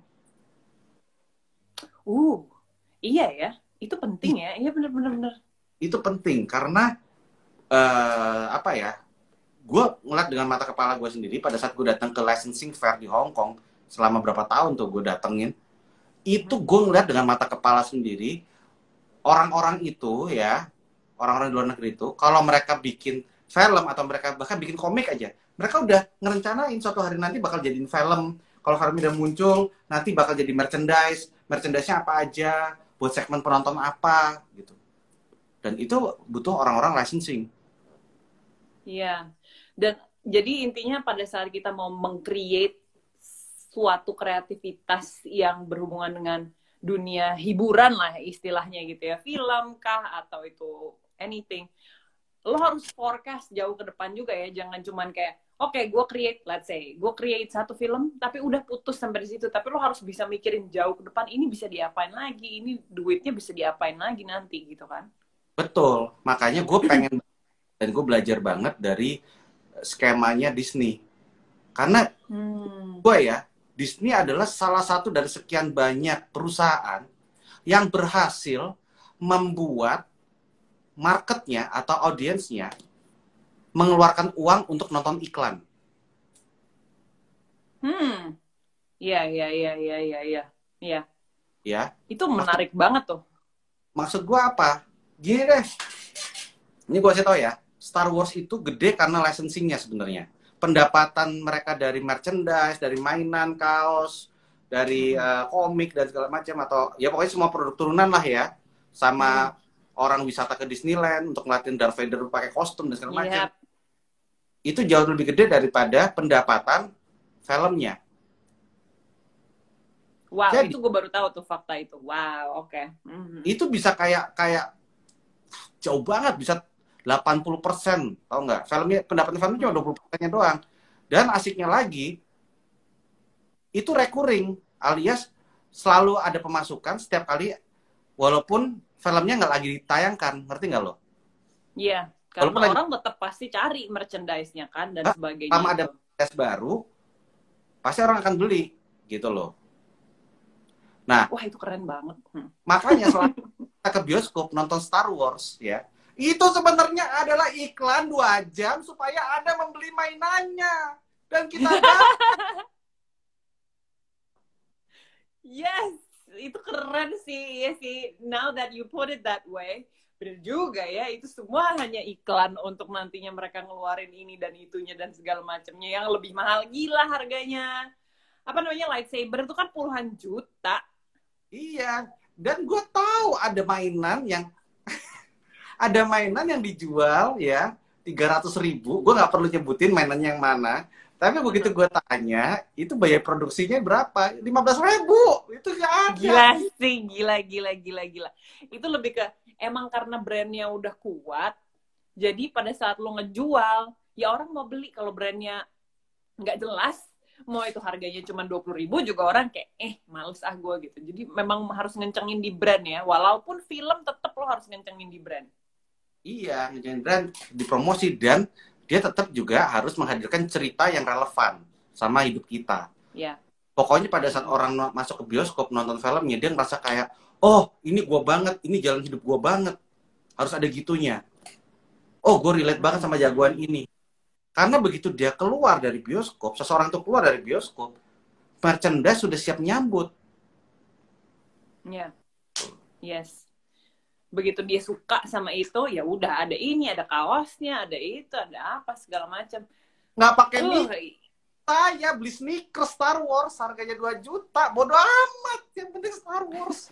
Speaker 1: Iya ya. Itu penting ya. Iya benar.
Speaker 2: Itu penting karena apa ya? Gue ngeliat dengan mata kepala gue sendiri pada saat gue datang ke licensing fair di Hong Kong selama berapa tahun tuh gue datengin, itu gue ngeliat dengan mata kepala sendiri orang-orang itu ya, orang-orang di luar negeri itu kalau mereka bikin film atau mereka bahkan bikin komik aja, mereka udah ngerencanain suatu hari nanti bakal jadiin film. Kalau film udah muncul nanti bakal jadi merchandise-nya apa aja, buat segmen penonton apa gitu. Dan itu butuh orang-orang licensing.
Speaker 1: Iya. Dan jadi intinya pada saat kita mau meng-create suatu kreativitas yang berhubungan dengan dunia hiburan lah istilahnya gitu ya, film kah atau itu anything, lo harus forecast jauh ke depan juga ya. Jangan cuman kayak oke, gue create satu film tapi udah putus sampai di situ. Tapi lo harus bisa mikirin jauh ke depan, ini bisa diapain lagi, ini duitnya bisa diapain lagi nanti gitu kan.
Speaker 2: Betul. Makanya gue pengen dan gue belajar banget dari skemanya Disney. Karena gue ya, Disney adalah salah satu dari sekian banyak perusahaan yang berhasil membuat marketnya atau audiensnya mengeluarkan uang untuk nonton iklan.
Speaker 1: Iya, iya, iya, iya, iya, iya. Iya.
Speaker 2: Ya,
Speaker 1: Itu menarik banget tuh.
Speaker 2: maksud gue apa? Gini deh, ini gue kasih tau ya, Star Wars itu gede karena licensingnya sebenarnya. Pendapatan mereka dari merchandise, dari mainan, kaos, dari komik dan segala macam, atau ya pokoknya semua produk turunan lah ya, sama orang wisata ke Disneyland untuk ngeliatin Darth Vader pakai kostum dan segala macam.
Speaker 1: Yep.
Speaker 2: Itu jauh lebih gede daripada pendapatan filmnya.
Speaker 1: Wow,
Speaker 2: Jadi
Speaker 1: itu gue baru tahu tuh fakta itu. Wow, oke.
Speaker 2: itu bisa kayak jauh banget, bisa 80%, tau nggak? Filmnya, pendapatan filmnya cuma 20%-nya doang. Dan asiknya lagi, itu recurring, alias selalu ada pemasukan setiap kali, walaupun filmnya nggak lagi ditayangkan, ngerti nggak lo?
Speaker 1: Iya,
Speaker 2: Walaupun
Speaker 1: karena
Speaker 2: lagi,
Speaker 1: orang tetap pasti cari merchandise-nya kan dan sebagainya
Speaker 2: sama ada
Speaker 1: itu.
Speaker 2: tes baru, pasti orang akan beli, gitu loh. Nah,
Speaker 1: Wah, itu keren banget.
Speaker 2: makanya selalu kita ke bioskop nonton Star Wars, ya, itu sebenarnya adalah iklan 2 jam supaya Anda membeli mainannya. Dan kita
Speaker 1: Yes, itu keren sih, ya sih. Now that you put it that way, bener juga ya. Itu semua hanya iklan untuk nantinya mereka ngeluarin ini dan itunya dan segala macamnya yang lebih mahal gila harganya. Apa namanya, lightsaber itu kan puluhan juta.
Speaker 2: iya, dan gue tahu ada mainan yang ada mainan yang dijual ya 300.000. Gue nggak perlu nyebutin mainannya yang mana. Tapi begitu gue tanya, itu biaya produksinya berapa? 15.000. Itu nggak ada.
Speaker 1: Gila sih, gila, gila, gila, gila. Itu lebih ke, emang karena brandnya udah kuat, jadi pada saat lo ngejual, ya orang mau beli. Kalau brandnya nggak jelas, mau itu harganya cuma 20.000 juga orang kayak, males ah gue gitu. Jadi memang harus ngencengin di brand ya, walaupun film tetap lo harus ngencengin di brand.
Speaker 2: Iya, ngejalanin brand, dipromosi, dan dia tetap juga harus menghadirkan cerita yang relevan sama hidup kita.
Speaker 1: Ya.
Speaker 2: Pokoknya pada saat orang masuk ke bioskop nonton filmnya, dia ngerasa kayak, oh ini gue banget, ini jalan hidup gue banget. Harus ada gitunya. Oh, gue relate banget sama jagoan ini. Karena begitu dia keluar dari bioskop, seseorang itu keluar dari bioskop, merchandise sudah siap nyambut.
Speaker 1: Ya. Yes. Begitu dia suka sama itu, ya udah ada ini, ada kaosnya, ada itu, ada apa segala macam.
Speaker 2: Nggak pakai saya beli sneakers Star Wars harganya 2 juta, bodo amat, yang penting Star Wars.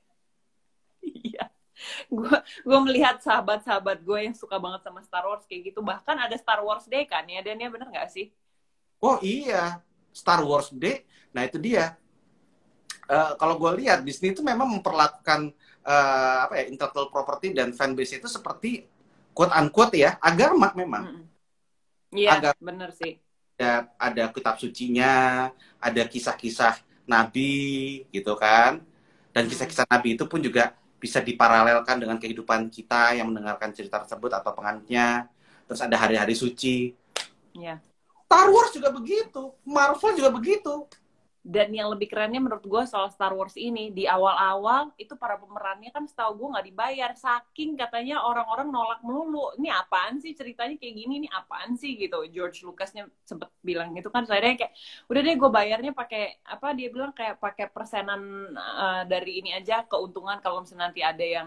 Speaker 1: Iya, gue melihat sahabat-sahabat gue yang suka banget sama Star Wars kayak gitu. Bahkan ada Star Wars Day kan ya, Dan ya, bener nggak sih?
Speaker 2: Oh iya, Star Wars Day. Nah itu dia. Kalau gue lihat Disney itu memang memperlakukan apa ya, intellectual property dan fanbase itu seperti quote unquote ya agama memang.
Speaker 1: Iya, bener sih.
Speaker 2: Ada kitab sucinya, ada kisah-kisah Nabi gitu kan. Dan kisah-kisah Nabi itu pun juga bisa diparalelkan dengan kehidupan kita yang mendengarkan cerita tersebut atau penganutnya. Terus ada hari-hari suci.
Speaker 1: Iya.
Speaker 2: Star Wars juga begitu, Marvel juga begitu.
Speaker 1: Dan yang lebih kerennya menurut gue soal Star Wars ini, di awal-awal itu para pemerannya kan setahu gue nggak dibayar. Saking katanya orang-orang nolak melulu. Ini apaan sih ceritanya kayak gini, ini apaan sih gitu. George Lucasnya sempet bilang gitu kan. Saya kayak, udah deh gue bayarnya pakai, apa dia bilang kayak pakai persenan dari ini aja, keuntungan kalau misalnya nanti ada yang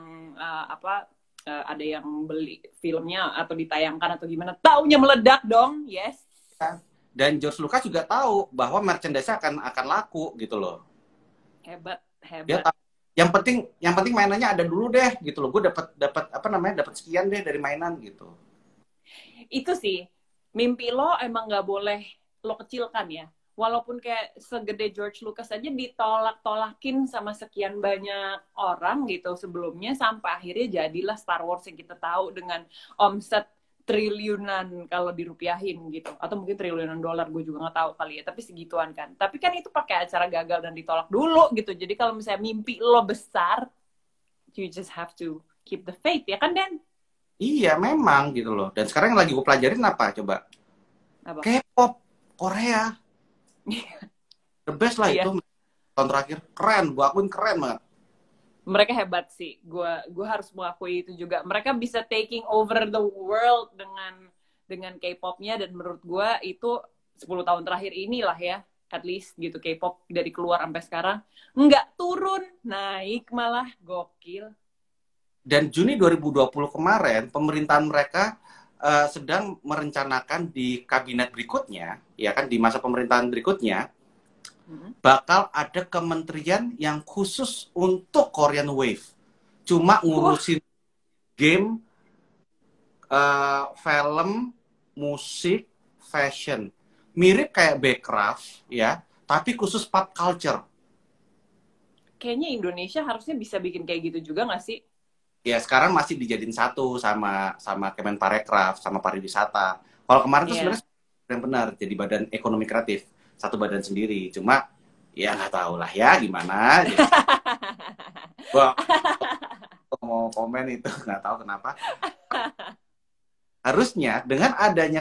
Speaker 1: ada yang beli filmnya atau ditayangkan atau gimana. Taunya meledak dong, yes.
Speaker 2: Dan George Lucas juga tahu bahwa merchandise-nya akan laku gitu loh.
Speaker 1: Hebat.
Speaker 2: Dia tahu. Yang penting mainannya ada dulu deh gitu loh. Gue dapat sekian deh dari mainan gitu.
Speaker 1: Itu sih, mimpi lo emang nggak boleh lo kecilkan ya. Walaupun kayak segede George Lucas aja ditolak-tolakin sama sekian banyak orang gitu sebelumnya, sampai akhirnya jadilah Star Wars yang kita tahu dengan omset triliunan kalau dirupiahin gitu, atau mungkin triliunan dolar, gue juga nggak tahu kali ya, tapi segituan kan. Tapi kan itu pakai acara gagal dan ditolak dulu gitu. Jadi kalau misalnya mimpi lo besar, you just have to keep the faith ya kan Dan?
Speaker 2: Iya, memang gitu loh. Dan sekarang yang lagi gue pelajarin apa? Coba.
Speaker 1: Apa?
Speaker 2: K-pop Korea. The best lah
Speaker 1: Iya.
Speaker 2: itu. Tahun terakhir. Keren. Gue akuin keren banget.
Speaker 1: Mereka hebat sih. Gue harus mengakui itu juga. Mereka bisa taking over the world dengan K-popnya, dan menurut gue itu 10 tahun terakhir inilah ya, at least gitu, K-pop dari keluar sampai sekarang nggak turun, naik malah, gokil.
Speaker 2: Dan Juni 2020 kemarin, pemerintahan mereka sedang merencanakan di kabinet berikutnya, ya kan, di masa pemerintahan berikutnya, bakal ada kementerian yang khusus untuk Korean Wave. Cuma ngurusin game, film, musik, fashion. Mirip kayak Backcraft, ya, tapi khusus pop culture.
Speaker 1: Kayaknya Indonesia harusnya bisa bikin kayak gitu juga nggak sih?
Speaker 2: Ya sekarang masih dijadiin satu sama Kemenparekraf, sama pariwisata. Kalau kemarin tuh sebenarnya yang benar jadi badan ekonomi kreatif, satu badan sendiri. Cuma ya nggak tahu lah ya gimana. Gua mau komen itu nggak tahu kenapa. Harusnya dengan adanya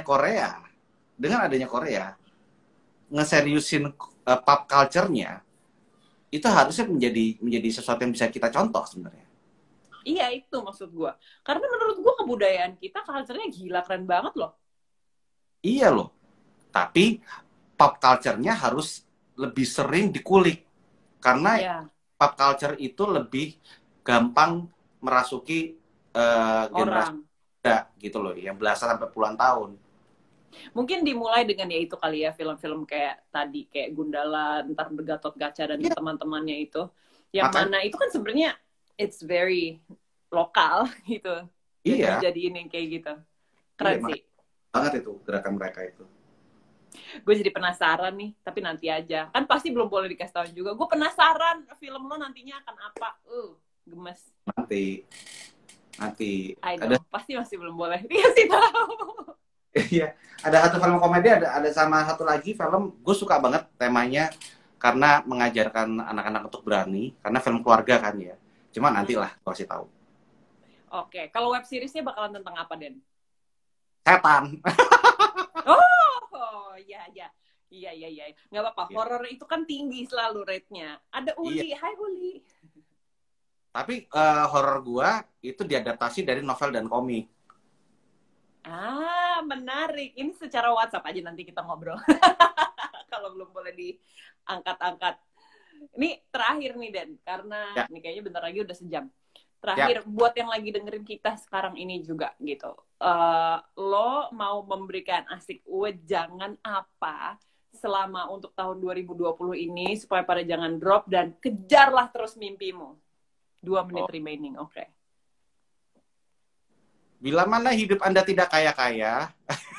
Speaker 2: Korea ngeseriusin pop culture-nya, itu harusnya menjadi sesuatu yang bisa kita contoh sebenarnya.
Speaker 1: Iya, itu maksud gue. Karena menurut gue kebudayaan kita, culture-nya gila, keren banget loh.
Speaker 2: Iya loh. Tapi pop culture-nya harus lebih sering dikulik. Karena pop culture itu lebih gampang merasuki generasi muda gitu loh, yang belasan sampai puluhan tahun.
Speaker 1: Mungkin dimulai dengan ya itu kali ya, film-film kayak tadi, kayak Gundala, ntar Gatot Kaca dan teman-temannya itu. Yang mana itu kan sebenarnya it's very lokal gitu.
Speaker 2: Iya.
Speaker 1: Dijadiin yang kayak gitu. Keren sih.
Speaker 2: Banget itu gerakan mereka itu.
Speaker 1: Gue jadi penasaran nih, tapi nanti aja. Kan pasti belum boleh dikasih tahu juga. Gue penasaran film lo nantinya akan apa. Gemes.
Speaker 2: Nanti.
Speaker 1: Pasti masih belum boleh dikasih tahu.
Speaker 2: Iya, ada satu film komedi, ada sama satu lagi film, gue suka banget temanya karena mengajarkan anak-anak untuk berani, karena film keluarga kan ya. Cuma nantilah gue kasih tahu.
Speaker 1: Oke, kalau web seriesnya bakalan tentang apa, Den?
Speaker 2: Setan.
Speaker 1: Iya. Nggak apa-apa, horor itu kan tinggi selalu rate-nya. Ada Uli, hai Uli.
Speaker 2: Tapi horor gue itu diadaptasi dari novel dan komik.
Speaker 1: Menarik. Ini secara WhatsApp aja nanti kita ngobrol. Kalau belum boleh diangkat-angkat. Ini terakhir nih, Den. Karena ini kayaknya bentar lagi udah sejam. Terakhir, buat yang lagi dengerin kita sekarang ini juga gitu. Lo mau memberikan asik jangan apa selama untuk tahun 2020 ini supaya pada jangan drop dan kejarlah terus mimpimu. 2 menit remaining, oke.
Speaker 2: Bila mana hidup Anda tidak kaya-kaya,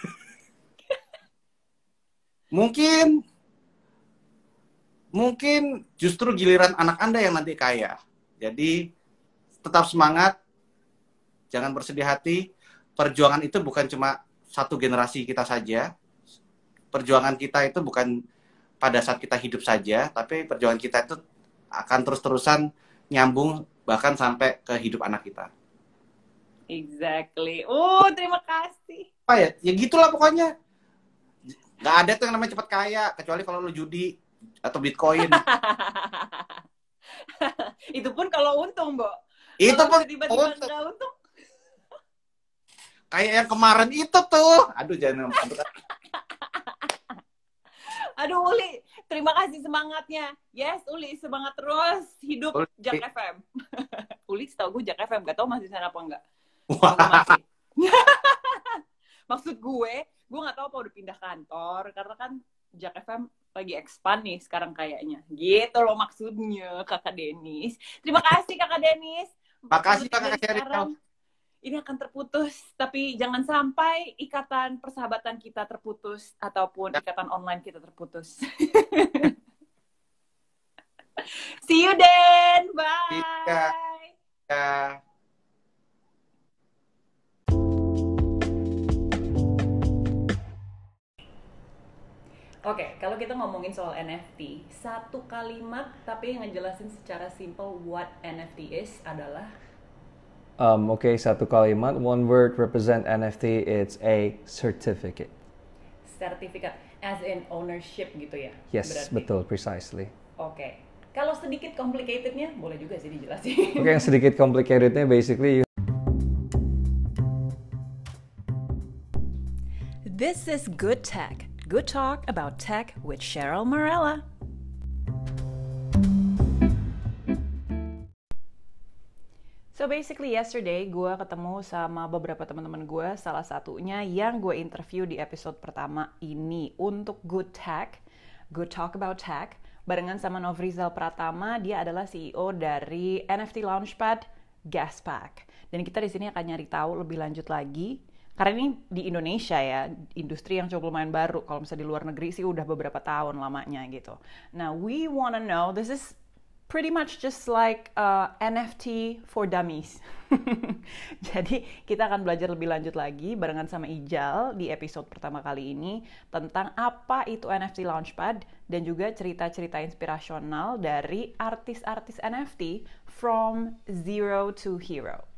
Speaker 2: mungkin justru giliran anak Anda yang nanti kaya. Jadi tetap semangat, jangan bersedih hati. Perjuangan itu bukan cuma satu generasi kita saja. Perjuangan kita itu bukan pada saat kita hidup saja, tapi perjuangan kita itu akan terus-terusan nyambung bahkan sampai ke hidup anak kita.
Speaker 1: Exactly. Terima kasih.
Speaker 2: Ya gitulah pokoknya. Nggak ada tuh yang namanya cepat kaya, kecuali kalau lu judi atau Bitcoin.
Speaker 1: Itu pun kalau untung, Bo.
Speaker 2: Itu pun
Speaker 1: tiba-tiba nggak untung.
Speaker 2: Kayak yang kemarin itu tuh. Aduh, jangan.
Speaker 1: Aduh, Uli, terima kasih semangatnya. Yes, Uli, semangat terus. Hidup Jak FM. Uli, setahu gue Jak FM. Gak tau masih sana apa enggak. Masih. Maksud gue gak tau apa udah pindah kantor. Karena kan Jak FM lagi expand nih sekarang kayaknya. Gitu loh maksudnya, Kakak Denis. Terima kasih, Kakak Denis.
Speaker 2: Makasih, Kakak Sheryl.
Speaker 1: Ini akan terputus, tapi jangan sampai ikatan persahabatan kita terputus ataupun ikatan online kita terputus. See you then, bye.
Speaker 2: Ya.
Speaker 1: Oke, kalau kita ngomongin soal NFT, satu kalimat tapi yang ngejelasin secara simple what NFT is adalah
Speaker 3: Okay, satu kalimat, one word represent NFT. It's a certificate.
Speaker 1: Sertifikat, as in ownership gitu ya?
Speaker 3: Yes,
Speaker 1: berarti.
Speaker 3: betul, precisely.
Speaker 1: Oke. Kalau sedikit complicatednya, boleh juga sih dijelasin.
Speaker 3: Oke, yang sedikit complicatednya basically
Speaker 1: This is Good Tech. Good talk about tech with Cheryl Morella. So basically yesterday gue ketemu sama beberapa teman-teman gue, salah satunya yang gue interview di episode pertama ini untuk Good Tech, Good Talk About Tech, barengan sama Novrizal Pratama. Dia adalah CEO dari NFT Launchpad Gaspack. Dan kita di sini akan nyari tahu lebih lanjut lagi, karena ini di Indonesia ya, industri yang cukup lumayan baru. Kalau misalnya di luar negeri sih udah beberapa tahun lamanya gitu. Nah, we wanna know, this is pretty much just like NFT for dummies. Jadi kita akan belajar lebih lanjut lagi barengan sama Ijal di episode pertama kali ini tentang apa itu NFT Launchpad dan juga cerita-cerita inspirasional dari artis-artis NFT from zero to hero.